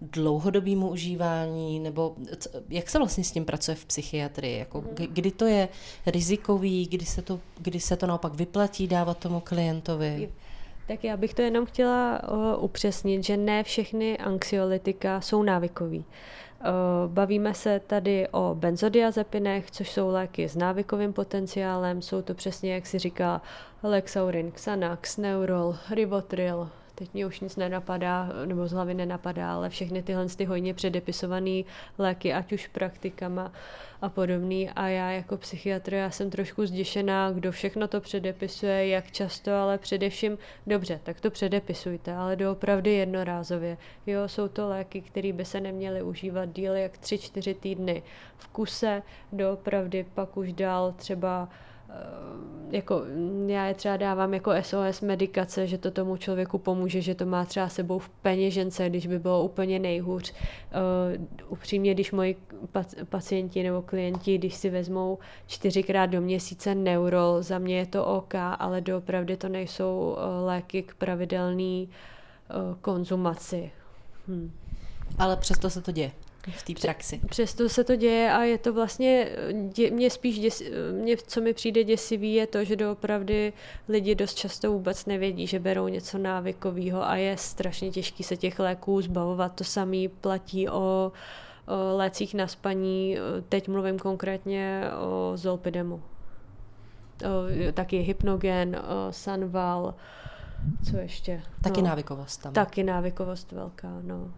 dlouhodobému užívání, nebo jak se vlastně s tím pracuje v psychiatrii? Jako, kdy to je rizikový, kdy se to, kdy se to naopak vyplatí dávat tomu klientovi? Tak já bych to jenom chtěla uh, upřesnit, že ne všechny anxiolytika jsou návykový. Uh, bavíme se tady o benzodiazepinech, což jsou léky s návykovým potenciálem. Jsou to přesně, jak si říká, Lexaurin, Xanax, Neurol, Rivotril. Teď mě už nic nenapadá, nebo z hlavy nenapadá, ale všechny tyhle ty hojně předepisované léky, ať už praktikama a podobný. A já jako psychiatr, já jsem trošku zděšená, kdo všechno to předepisuje, jak často, ale především, dobře, tak to předepisujte, ale doopravdy jednorázově. Jo, jsou to léky, které by se neměly užívat díl jak tři čtyři týdny v kuse, doopravdy pak už dál třeba jako já je třeba dávám jako S O S medikace, že to tomu člověku pomůže, že to má třeba sebou v peněžence, když by bylo úplně nejhůř. Uh, upřímně, když moji pacienti nebo klienti, když si vezmou čtyřikrát do měsíce Neurol, za mě je to OK, ale doopravdy to nejsou uh, léky k pravidelné uh, konzumaci. Hm. Ale přesto se to děje v té praxi. Přesto se to děje a je to vlastně, dě, mě spíš, děs, mě, co mi přijde děsivý, je to, že doopravdy lidi dost často vůbec nevědí, že berou něco návykového a je strašně těžký se těch léků zbavovat. To samé platí o, o lécích na spaní, teď mluvím konkrétně o Zolpidemu. O, taky Hypnogen, o Sanval, co ještě? Taky no, návykovost tam. Taky návykovost velká, no.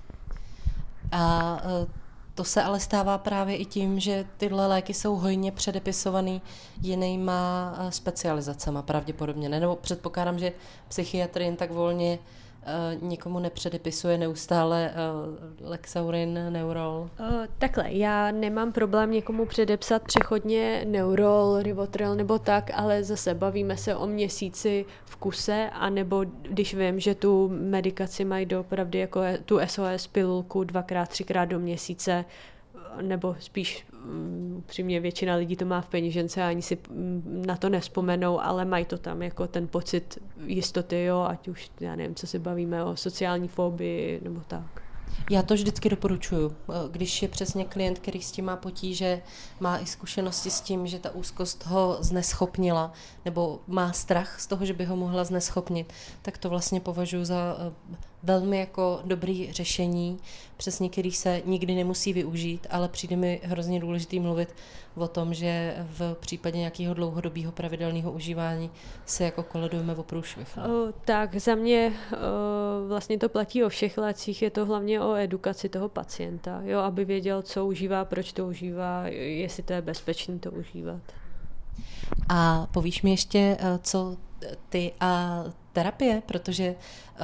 A to se ale stává právě i tím, že tyhle léky jsou hojně předepisovaný jinýma specializacema pravděpodobně. Ne? Nebo předpokládám, že psychiatr jen tak volně uh, nikomu nepředepisuje neustále uh, Lexaurin, Neurol. Uh, takhle, já nemám problém někomu předepsat přechodně Neurol, Rivotril nebo tak, ale zase bavíme se o měsíci v kuse, anebo když vím, že tu medikaci mají doopravdy jako tu S O S pilulku dvakrát, třikrát do měsíce, nebo spíš přímě většina lidí to má v peněžence a ani si na to nespomenou, ale mají to tam jako ten pocit jistoty, jo, ať už, já nevím, co se bavíme o sociální fobii nebo tak. Já to vždycky doporučuju. Když je přesně klient, který s tím má potíže, má i zkušenosti s tím, že ta úzkost ho zneschopnila, nebo má strach z toho, že by ho mohla zneschopnit, tak to vlastně považuji za velmi jako dobrý řešení, přesně který se nikdy nemusí využít, ale přijde mi hrozně důležitý mluvit o tom, že v případě nějakého dlouhodobého pravidelného užívání se jako koledujeme o průšvih. No? O, tak za mě o, vlastně to platí o všech lécích, je to hlavně o edukaci toho pacienta, jo, aby věděl, co užívá, proč to užívá, jestli to je bezpečné to užívat. A povíš mi ještě, co ty a terapie, protože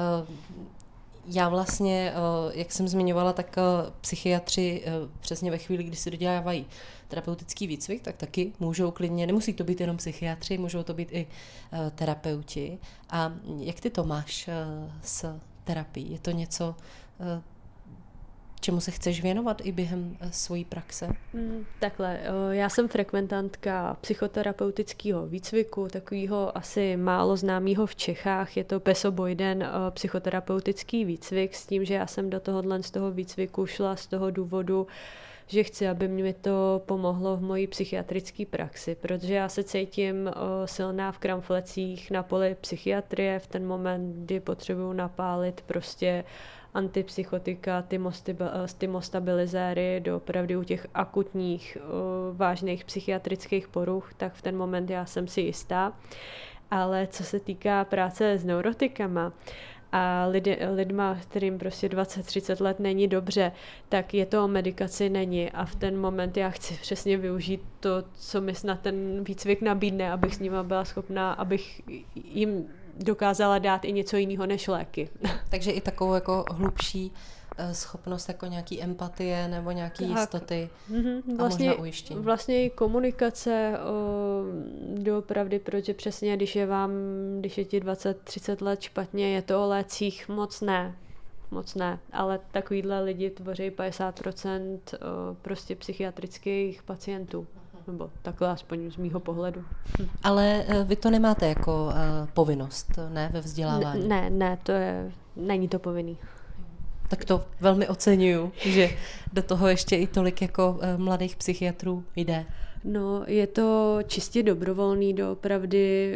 já vlastně, jak jsem zmiňovala, tak psychiatři přesně ve chvíli, kdy si dodělávají terapeutický výcvik, tak taky můžou klidně, nemusí to být jenom psychiatři, můžou to být i terapeuti. A jak ty to máš s terapií? Je to něco, čemu se chceš věnovat i během svojí praxe? Mm, takhle, já jsem frekventantka psychoterapeutického výcviku, takového asi málo známého v Čechách. Je to Peso Boyden psychoterapeutický výcvik s tím, že já jsem do tohohle z toho výcviku šla z toho důvodu, že chci, aby mi to pomohlo v mojí psychiatrické praxi, protože já se cítím o, silná v kramflecích na poli psychiatrie v ten moment, kdy potřebuju napálit prostě antipsychotika, tymostabilizéry do opravdu u těch akutních o, vážných psychiatrických poruch, tak v ten moment já jsem si jistá. Ale co se týká práce s neurotikama, a lidi, lidma, kterým prostě dvacet třicet let není dobře, tak je to o medikaci není a v ten moment já chci přesně využít to, co mi snad ten výcvik nabídne, abych s nima byla schopná, abych jim dokázala dát i něco jiného než léky. Takže i takovou jako hlubší schopnost jako nějaký empatie nebo nějaký tak. jistoty mm-hmm. a vlastně, možná ujištění. Vlastně i komunikace o, doopravdy, protože přesně, když je vám, když je ti dvacet třicet let špatně, je to o lécích moc ne. Moc ne, ale takovýhle lidi tvoří padesát procent o, prostě psychiatrických pacientů. Nebo takhle aspoň z mýho pohledu. Hm. Ale vy to nemáte jako uh, povinnost, ne, ve vzdělávání? Ne, ne, to je, není to povinný. Tak to velmi oceňuju, že do toho ještě i tolik jako mladých psychiatrů jde. No, je to čistě dobrovolný doopravdy.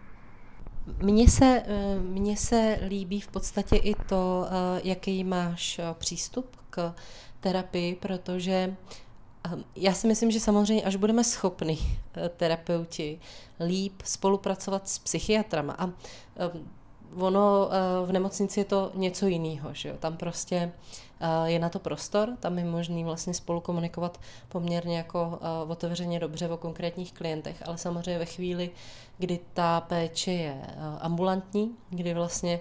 Mně se, mně se líbí v podstatě i to, jaký máš přístup k terapii, protože já si myslím, že samozřejmě, až budeme schopni terapeuti líp spolupracovat s psychiatrama a ono v nemocnici je to něco jiného, že jo? Tam prostě je na to prostor, tam je možný vlastně spolu komunikovat poměrně jako otevřeně dobře o konkrétních klientech, ale samozřejmě ve chvíli, kdy ta péče je ambulantní, kdy vlastně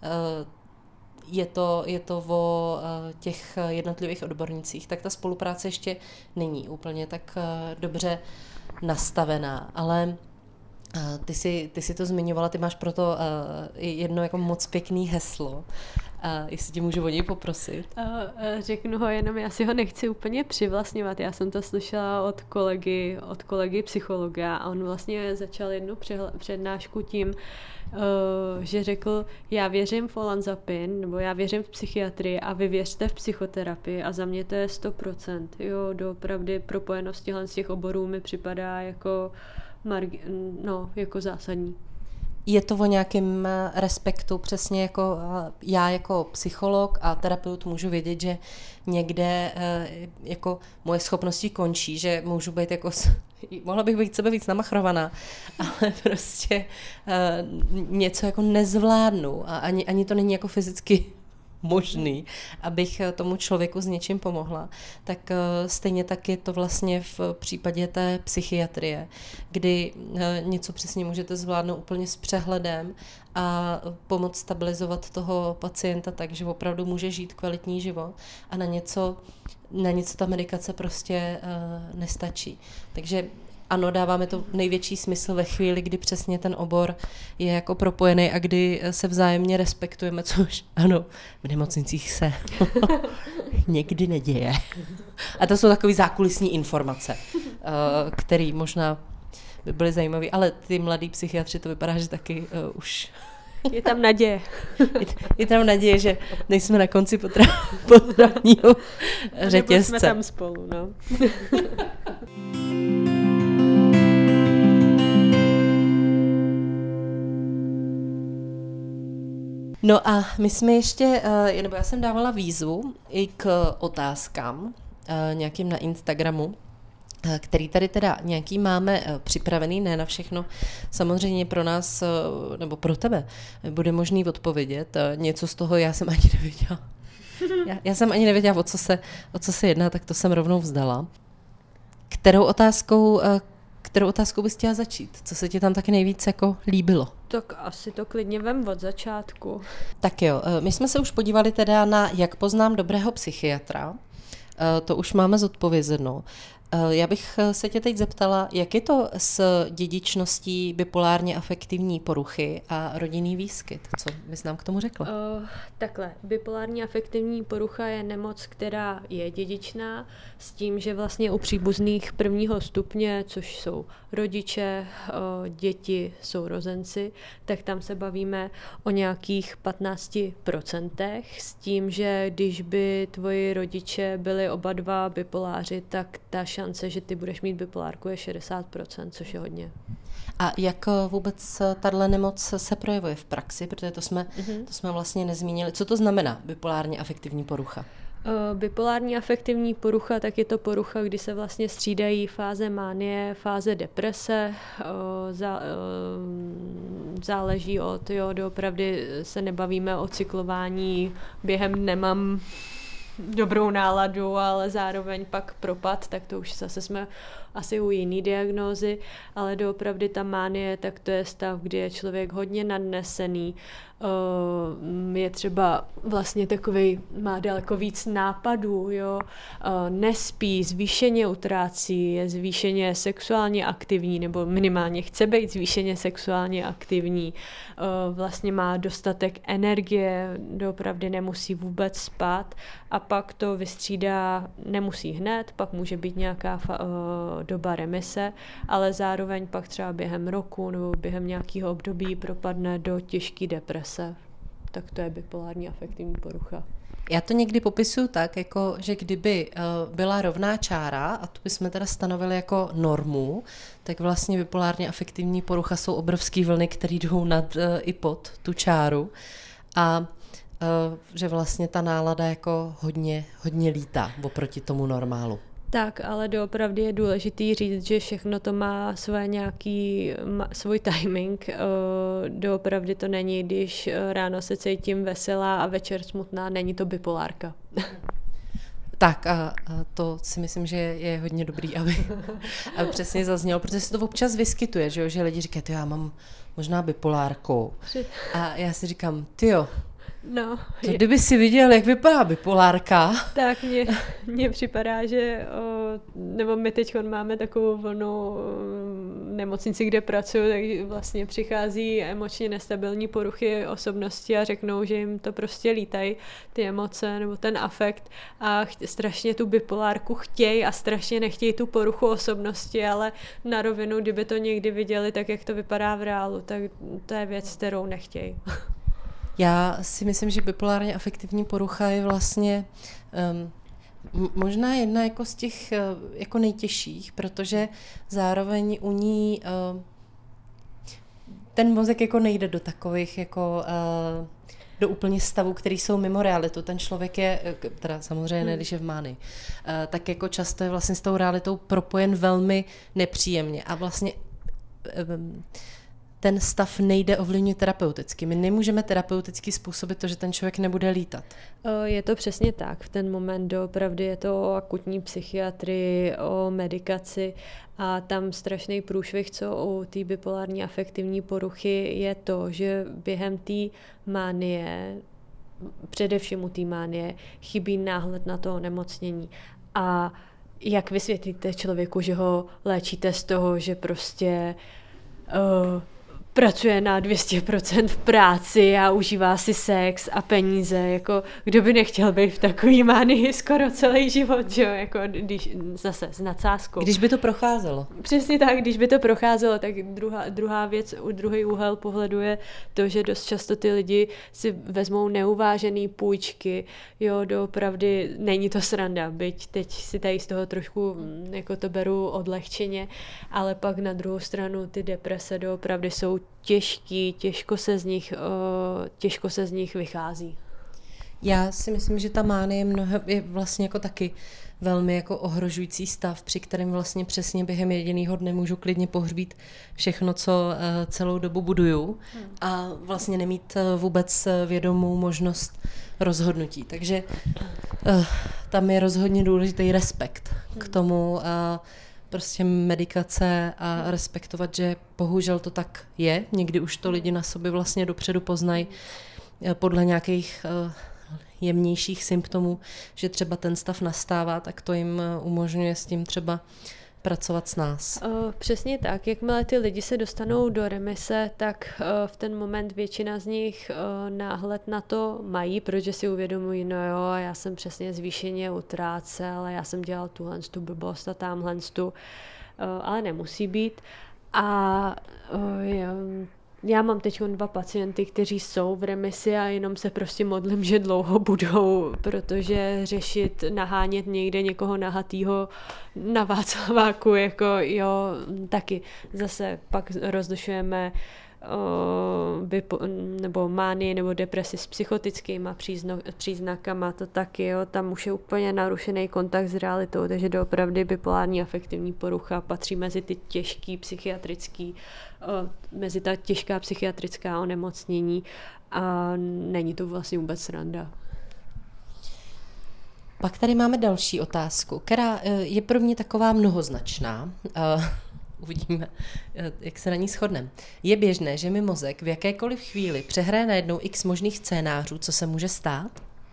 je to, je to o těch jednotlivých odbornicích, tak ta spolupráce ještě není úplně tak dobře nastavená, ale Ty jsi, ty jsi to zmiňovala, ty máš proto uh, jedno jako moc pěkný heslo. Uh, jestli tě můžu o něj poprosit. Uh, uh, řeknu ho, jenom já si ho nechci úplně přivlastňovat. Já jsem to slyšela od kolegy, od kolegy psychologa a on vlastně začal jednu přednášku tím, uh, že řekl, já věřím v olanzapin, nebo já věřím v psychiatrii a vy věřte v psychoterapii a za mě to je sto procent. Jo, doopravdy propojenost z těch oborů mi připadá jako Margi- no, jako zásadní. Je to o nějakém respektu, přesně jako já jako psycholog a terapeut můžu vědět, že někde jako moje schopnosti končí, že můžu být jako, mohla bych být sebe víc namachrovaná, ale prostě něco jako nezvládnu a ani, ani to není jako fyzicky možný, abych tomu člověku s něčím pomohla, tak stejně tak je to vlastně v případě té psychiatrie, kdy něco přesně můžete zvládnout úplně s přehledem a pomoct stabilizovat toho pacienta tak, že opravdu může žít kvalitní život a na něco, na něco ta medikace prostě uh, nestačí. Takže ano, dáváme to největší smysl ve chvíli, kdy přesně ten obor je jako propojený a kdy se vzájemně respektujeme, což ano, v nemocnicích se někdy neděje. A to jsou takové zákulisní informace, které možná by byly zajímavé, ale ty mladí psychiatři, to vypadá, že taky uh, už... Je tam naděje. je, je tam naděje, že nejsme na konci potra- potravního řetězce. Nebo jsme tam spolu, no. No a my jsme ještě, nebo já jsem dávala výzvu i k otázkám nějakým na Instagramu, který tady teda nějaký máme připravený, ne na všechno. Samozřejmě pro nás, nebo pro tebe, bude možný odpovědět. Něco z toho já jsem ani nevěděla. Já, já jsem ani nevěděla, o co se, o co se jedná, tak to jsem rovnou vzdala. Kterou otázkou, kterou otázkou bys chtěla začít? Co se ti tam taky nejvíc jako líbilo? Tak asi to klidně vem od začátku. Tak jo, my jsme se už podívali teda na jak poznám dobrého psychiatra. To už máme zodpovězeno. Já bych se tě teď zeptala, jak je to s dědičností bipolárně afektivní poruchy a rodinný výskyt? Co bys nám k tomu řekla? Uh, takhle, bipolární afektivní porucha je nemoc, která je dědičná, s tím, že vlastně u příbuzných prvního stupně, což jsou rodiče, uh, děti, sourozenci, tak tam se bavíme o nějakých patnáct procent, s tím, že když by tvoji rodiče byli oba dva bipoláři, tak ta šance, že ty budeš mít bipolárku, je šedesát procent, což je hodně. A jak vůbec tato nemoc se projevuje v praxi, protože to jsme, mm-hmm. to jsme vlastně nezmínili. Co to znamená bipolárně afektivní porucha? Bipolární afektivní porucha, tak je to porucha, kdy se vlastně střídají fáze mánie, fáze deprese, záleží od, jo, doopravdy se nebavíme o cyklování, během dne mám dobrou náladu, ale zároveň pak propad, tak to už zase jsme asi u jiný diagnózy, ale doopravdy ta mánie, tak to je stav, kdy je člověk hodně nadnesený, je třeba vlastně takovej, má daleko víc nápadů, jo, nespí, zvýšeně utrácí, je zvýšeně sexuálně aktivní, nebo minimálně chce být zvýšeně sexuálně aktivní, vlastně má dostatek energie, doopravdy nemusí vůbec spát a pak to vystřídá, nemusí hned, pak může být nějaká doba remise, ale zároveň pak třeba během roku nebo během nějakého období propadne do těžké deprese. Tak to je bipolární afektivní porucha. Já to někdy popisuju tak, jako, že kdyby uh, byla rovná čára, a tu bychom teda stanovili jako normu, tak vlastně bipolárně afektivní porucha jsou obrovský vlny, které jdou nad uh, i pod tu čáru. A uh, že vlastně ta nálada jako hodně, hodně lítá oproti tomu normálu. Tak, ale doopravdy je důležitý říct, že všechno to má své nějaký, má svůj timing. Doopravdy to není, když ráno se cítím veselá a večer smutná, není to bipolárka. Tak a, a to si myslím, že je hodně dobrý, aby, aby přesně zaznělo, protože se to občas vyskytuje, že, jo? Že lidi říkají, já mám možná bipolárku. A já si říkám, tyjo, no, to kdyby si viděl, jak vypadá bipolárka. Tak mně, mně připadá, že o, nebo my teď máme takovou vlnu nemocnici, kde pracuju, tak vlastně přichází emočně nestabilní poruchy osobnosti a řeknou, že jim to prostě lítají, ty emoce nebo ten afekt a ch- strašně tu bipolárku chtějí a strašně nechtějí tu poruchu osobnosti, ale na rovinu, kdyby to někdy viděli, tak jak to vypadá v reálu, tak to je věc, kterou nechtějí. Já si myslím, že bipolárně afektivní porucha je vlastně um, možná jedna jako z těch uh, jako nejtěžších, protože zároveň u ní uh, ten mozek jako nejde do takových jako uh, do úplně stavů, který jsou mimo realitu. Ten člověk je, teda samozřejmě ne, když je v mánii, uh, tak jako často je vlastně s tou realitou propojen velmi nepříjemně a vlastně um, ten stav nejde ovlivnit terapeuticky. My nemůžeme terapeuticky způsobit to, že ten člověk nebude lítat. Je to přesně tak. V ten moment doopravdy je to o akutní psychiatrii, o medikaci a tam strašný průšvih, co u té bipolární afektivní poruchy je to, že během té mánie, především u té mánie, chybí náhled na to onemocnění. A jak vysvětlíte člověku, že ho léčíte z toho, že prostě uh, pracuje na dvě stě procent v práci a užívá si sex a peníze, jako kdo by nechtěl být v takový mánii skoro celý život, že jo, jako když zase s nadsázkou. Když by to procházelo. Přesně tak, když by to procházelo, tak druhá, druhá věc, druhý úhel pohledu je to, že dost často ty lidi si vezmou neuvážený půjčky, jo, doopravdy není to sranda, byť teď si tady z toho trošku jako to beru odlehčeně, ale pak na druhou stranu ty deprese doopravdy jsou těžký, těžko se z nich, těžko se z nich vychází. Já si myslím, že ta mánie mnohem je vlastně jako taky velmi jako ohrožující stav, při kterém vlastně přesně během jediného dne můžu klidně pohřbít všechno, co celou dobu buduju a vlastně nemít vůbec vědomou možnost rozhodnutí. Takže tam je rozhodně důležitý respekt k tomu a prostě medikace a respektovat, že bohužel to tak je. Někdy už to lidi na sobě vlastně dopředu poznají podle nějakých jemnějších symptomů, že třeba ten stav nastává, tak to jim umožňuje s tím třeba pracovat s nás. Přesně tak. Jakmile ty lidi se dostanou do remise, tak v ten moment většina z nich náhled na to mají, protože si uvědomují, no jo, já jsem přesně zvýšeně utrácel, já jsem dělal tuhle tu blbost a tamhle tu, ale nemusí být. A já mám teď dva pacienty, kteří jsou v remisi a jenom se prostě modlím, že dlouho budou, protože řešit, nahánět někde někoho nahatýho na Václaváku, jako jo, taky zase pak rozlišujeme o, bipo, nebo mánii nebo depresi s psychotickýma přízno, příznakama, to taky, jo, tam už je úplně narušený kontakt s realitou, takže doopravdy bipolární afektivní porucha patří mezi ty těžký psychiatrický, o, mezi ta těžká psychiatrická onemocnění a není to vlastně vůbec sranda. Pak tady máme další otázku, která je pro mě taková mnohoznačná. Uvidíme, jak se na ní shodneme. Je běžné, že mi mozek v jakékoliv chvíli přehraje najednou x možných scénářů, co se může stát?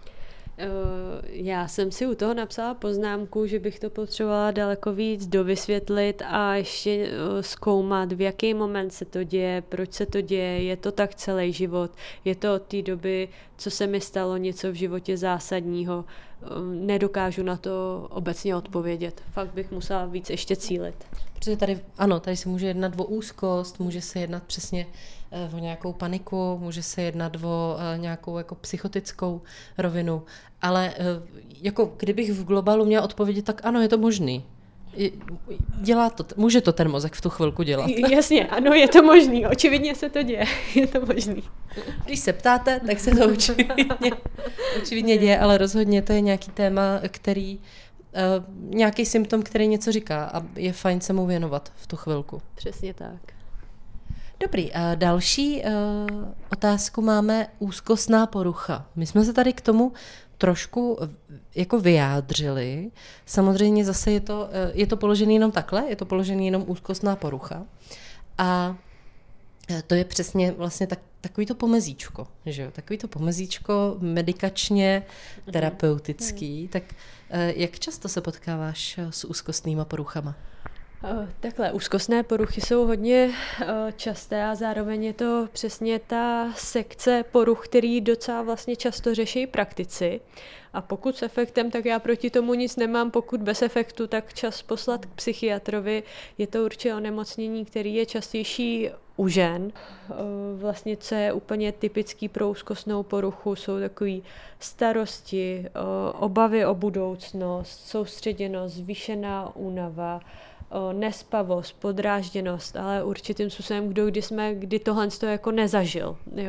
Já jsem si u toho napsala poznámku, že bych to potřebovala daleko víc dovysvětlit a ještě zkoumat, v jaký moment se to děje, proč se to děje, je to tak celý život, je to od té doby, co se mi stalo něco v životě zásadního. Nedokážu na to obecně odpovědět. Fakt bych musela víc ještě cílit. Protože tady, ano, tady se může jednat o úzkost, může se jednat přesně o nějakou paniku, může se jednat o nějakou jako psychotickou rovinu, ale jako kdybych v globálu měla odpovědět, tak ano, je to možný. Dělá to, může to ten mozek v tu chvilku dělat. Jasně, ano, je to možný, očividně se to děje, je to možný. Když se ptáte, tak se to očividně, očividně děje, ale rozhodně to je nějaký téma, který, uh, nějaký symptom, který něco říká a je fajn se mu věnovat v tu chvilku. Přesně tak. Dobrý, a další uh, otázku máme úzkostná porucha. My jsme se tady k tomu trošku jako vyjádřili. Samozřejmě zase je to, je to položený jenom takhle, je to položený jenom úzkostná porucha. A to je přesně vlastně tak, takový to pomezíčko, že jo? Takový to pomezíčko medikačně terapeutický. Mm. Tak jak často se potkáváš s úzkostnýma poruchama? Takhle, úzkostné poruchy jsou hodně časté a zároveň je to přesně ta sekce poruch, který docela vlastně často řeší praktici. A pokud s efektem, tak já proti tomu nic nemám, pokud bez efektu, tak čas poslat k psychiatrovi. Je to určitě onemocnění, který je častější u žen. Vlastně, co je úplně typický pro úzkostnou poruchu, jsou takový starosti, obavy o budoucnost, soustředěnost, zvýšená únava, nespavost, podrážděnost, ale určitým způsobem, kdo kdy jsme, kdy tohle to jako nezažil. Jo.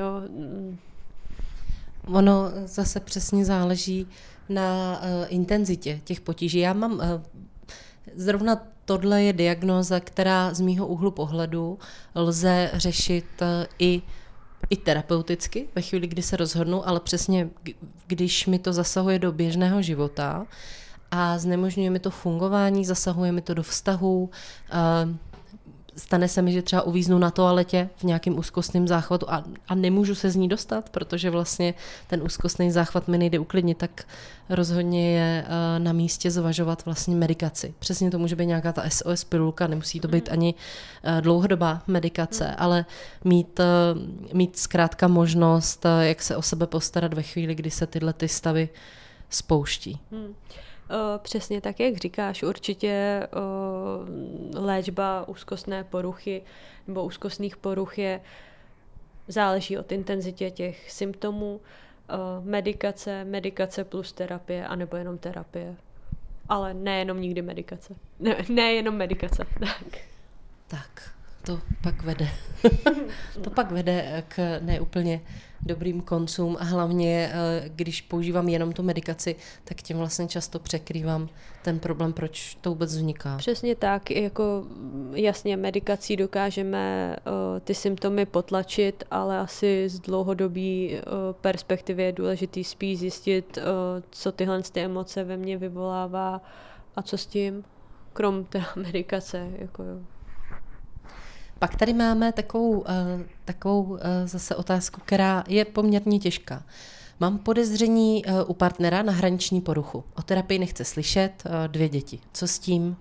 Ono zase přesně záleží na uh, intenzitě těch potíží. Já mám uh, zrovna tohle je diagnóza, která z mýho úhlu pohledu lze řešit uh, i i terapeuticky, ve chvíli, kdy se rozhodnu, ale přesně, když mi to zasahuje do běžného života, a znemožňuje mi to fungování, zasahuje mi to do vztahů. Stane se mi, že třeba uvíznu na toaletě v nějakém úzkostném záchvatu a, a nemůžu se z ní dostat, protože vlastně ten úzkostný záchvat mi nejde uklidnit, tak rozhodně je na místě zvažovat vlastně medikaci. Přesně to může být nějaká ta S O S pilulka, nemusí to být ani dlouhodobá medikace, ale mít, mít zkrátka možnost, jak se o sebe postarat ve chvíli, kdy se tyhle ty stavy spouští. Hmm. Přesně tak, jak říkáš, určitě léčba úzkostné poruchy nebo úzkostných poruch je, záleží od intenzitě těch symptomů, medikace, medikace plus terapie, anebo jenom terapie. Ale nejenom nikdy medikace. Ne, nejenom medikace. Tak. Tak, to pak vede. to pak vede k neúplně dobrým koncům a hlavně, když používám jenom tu medikaci, tak tím vlastně často překrývám ten problém, proč to vůbec vzniká. Přesně tak, jako jasně medikací dokážeme uh, ty symptomy potlačit, ale asi z dlouhodobé uh, perspektivy je důležitý spíš zjistit, uh, co tyhle ty emoce ve mně vyvolává a co s tím, krom té medikace, jako jo. Pak tady máme takovou, takovou zase otázku, která je poměrně těžká. Mám podezření u partnera na hraniční poruchu. O terapii nechce slyšet, dvě děti. Co s tím?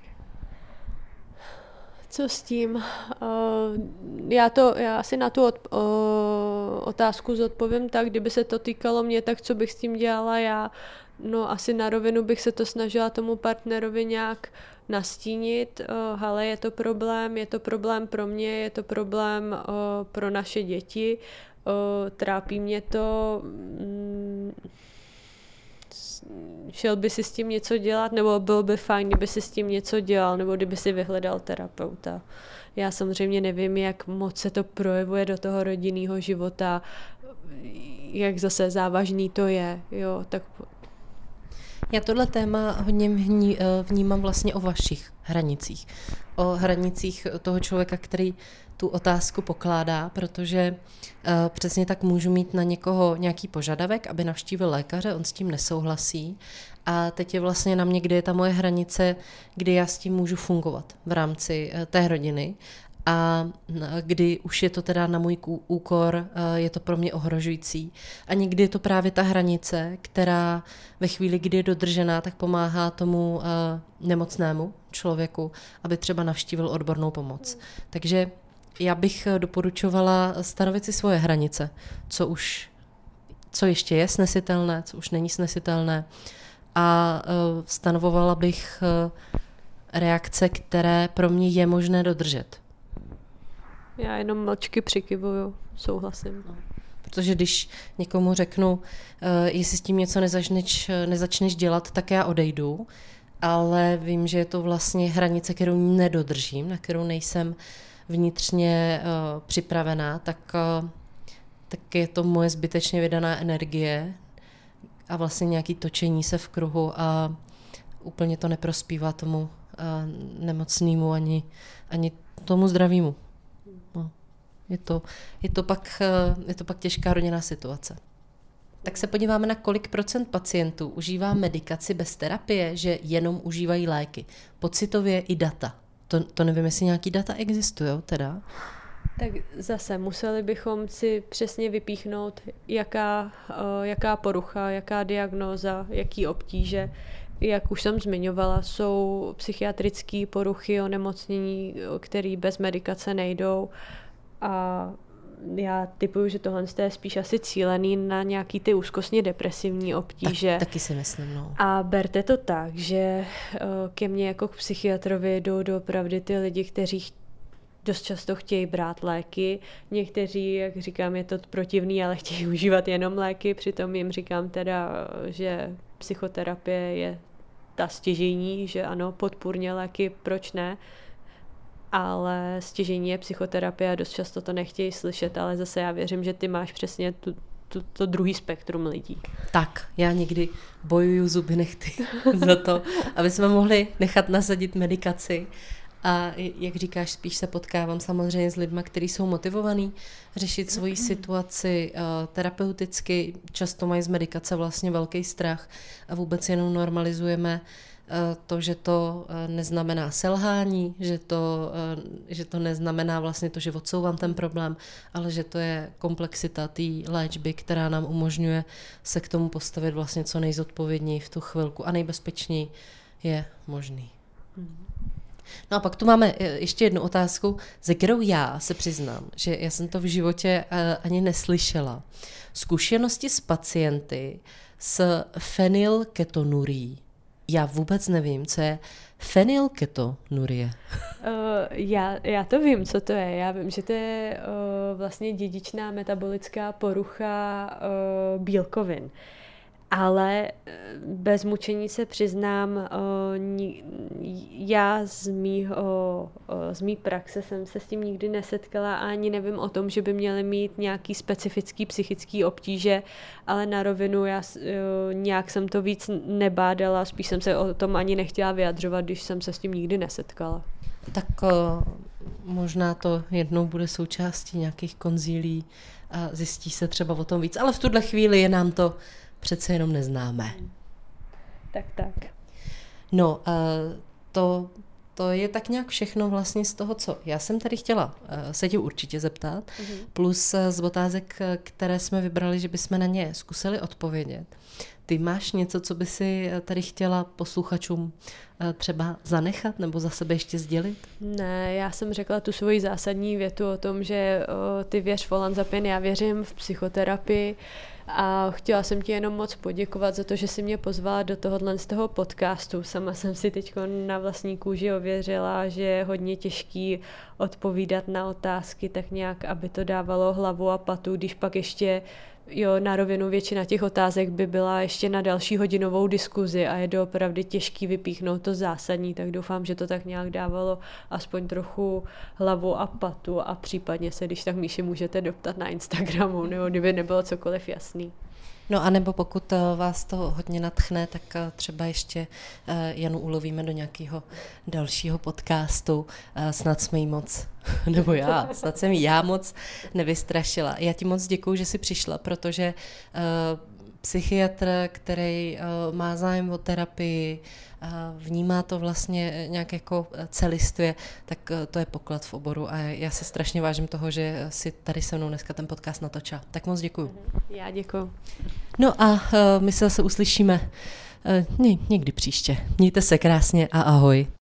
Co s tím? Já, to, já si na tu od, otázku zodpovím tak, kdyby se to týkalo mě, tak co bych s tím dělala já? No asi na rovinu bych se to snažila tomu partnerovi nějak nastínit, uh, hele, je to problém, je to problém pro mě, je to problém uh, pro naše děti, uh, trápí mě to, mm, šel by si s tím něco dělat, nebo bylo by fajn, kdyby si s tím něco dělal, nebo kdyby si vyhledal terapeuta. Já samozřejmě nevím, jak moc se to projevuje do toho rodinného života, jak zase závažný to je, jo, tak... Já tohle téma hodně vnímám vlastně o vašich hranicích. O hranicích toho člověka, který tu otázku pokládá, protože uh, přesně tak můžu mít na někoho nějaký požadavek, aby navštívil lékaře, on s tím nesouhlasí. A teď je vlastně na mě, kde je ta moje hranice, kdy já s tím můžu fungovat v rámci uh, té rodiny. A kdy už je to teda na můj úkor, je to pro mě ohrožující. A někdy je to právě ta hranice, která ve chvíli, kdy je dodržená, tak pomáhá tomu nemocnému člověku, aby třeba navštívil odbornou pomoc. Takže já bych doporučovala stanovit si svoje hranice, co už, co ještě je snesitelné, co už není snesitelné. A stanovovala bych reakce, které pro mě je možné dodržet. Já jenom mlčky přikivuju, souhlasím. No. Protože když někomu řeknu, uh, jestli s tím něco nezačneš, nezačneš dělat, tak já odejdu, ale vím, že je to vlastně hranice, kterou nedodržím, na kterou nejsem vnitřně uh, připravená, tak, uh, tak je to moje zbytečně vydaná energie a vlastně nějaké točení se v kruhu a úplně to neprospívá tomu uh, nemocnému ani, ani tomu zdravému. No. Je to, je, to pak, je to pak těžká rodinná situace. Tak se podíváme na kolik procent pacientů užívá medikaci bez terapie, že jenom užívají léky. Pocitově i data. To, to nevím, jestli nějaký data existují teda. Tak zase museli bychom si přesně vypíchnout, jaká, jaká porucha, jaká diagnóza, jaký obtíže. Jak už jsem zmiňovala, jsou psychiatrické poruchy, onemocnění, které bez medikace nejdou. A já tipuju, že tohle je spíš asi cílený na nějaký ty úzkostně depresivní obtíže. Tak, taky si myslím, no. A berte to tak, že ke mně jako k psychiatrovi jdou doopravdy ty lidi, kteří dost často chtějí brát léky. Někteří, jak říkám, je to protivný, ale chtějí užívat jenom léky. Přitom jim říkám teda, že psychoterapie je ta stěžejní, že ano, podpůrně léky, proč ne? Ale stěžejní je psychoterapie a dost často to nechtějí slyšet, ale zase já věřím, že ty máš přesně tu, tu, to druhý spektrum lidí. Tak, já někdy bojuju zuby nechty za to, aby jsme mohli nechat nasadit medikaci. A jak říkáš, spíš se potkávám samozřejmě s lidmi, kteří jsou motivovaní řešit svoji situaci uh, terapeuticky. Často mají z medikace vlastně velký strach a vůbec jenom normalizujeme uh, to, že to uh, neznamená selhání, že to, uh, že to neznamená vlastně to, že odsouvám ten problém, ale že to je komplexita té léčby, která nám umožňuje se k tomu postavit vlastně co nejzodpovědněji v tu chvilku a nejbezpečněji je možný. Hmm. No a pak tu máme ještě jednu otázku, ze kterou já se přiznám, že já jsem to v životě ani neslyšela. Zkušenosti s pacienty s fenylketonurií. Já vůbec nevím, co je fenylketonurie. Uh, já, já to vím, co to je. Já vím, že to je uh, vlastně dědičná metabolická porucha uh, bílkovin. Ale bez mučení se přiznám, já z mýho, z mý praxe jsem se s tím nikdy nesetkala a ani nevím o tom, že by měly mít nějaký specifický psychický obtíže, ale na rovinu já nějak jsem to víc nebádala, spíš jsem se o tom ani nechtěla vyjadřovat, když jsem se s tím nikdy nesetkala. Tak možná to jednou bude součástí nějakých konzílí a zjistí se třeba o tom víc, ale v tuhle chvíli je nám to přece jenom neznáme. Tak, tak. No, to, to je tak nějak všechno vlastně z toho, co já jsem tady chtěla se tě určitě zeptat, mm-hmm. plus z otázek, které jsme vybrali, že bychom na ně zkusili odpovědět. Ty máš něco, co by si tady chtěla posluchačům třeba zanechat nebo za sebe ještě sdělit? Ne, já jsem řekla tu svoji zásadní větu o tom, že o, ty věř v olanzapin, já věřím v psychoterapii a chtěla jsem ti jenom moc poděkovat za to, že jsi mě pozvala do tohohle z toho podcastu. Sama jsem si teď na vlastní kůži ověřila, že je hodně těžký odpovídat na otázky tak nějak, aby to dávalo hlavu a patu, když pak ještě jo, na rovinu většina těch otázek by byla ještě na další hodinovou diskuzi a je doopravdy těžký vypíchnout to zásadní, tak doufám, že to tak nějak dávalo aspoň trochu hlavu a patu a případně se, když tak Míši můžete doptat na Instagramu, nebo kdyby nebylo cokoliv jasný. No a nebo pokud vás to hodně nadchne, tak třeba ještě Janu ulovíme do nějakého dalšího podcastu. Snad jsme jí moc, nebo já, snad jsem jí já moc nevystrašila. Já ti moc děkuju, že jsi přišla, protože psychiatr, který má zájem o terapii, vnímá to vlastně nějak jako celistvě, tak to je poklad v oboru a já se strašně vážím toho, že si tady se mnou dneska ten podcast natočila. Tak moc děkuju. Já děkuju. No a my se zase uslyšíme někdy příště. Mějte se krásně a ahoj.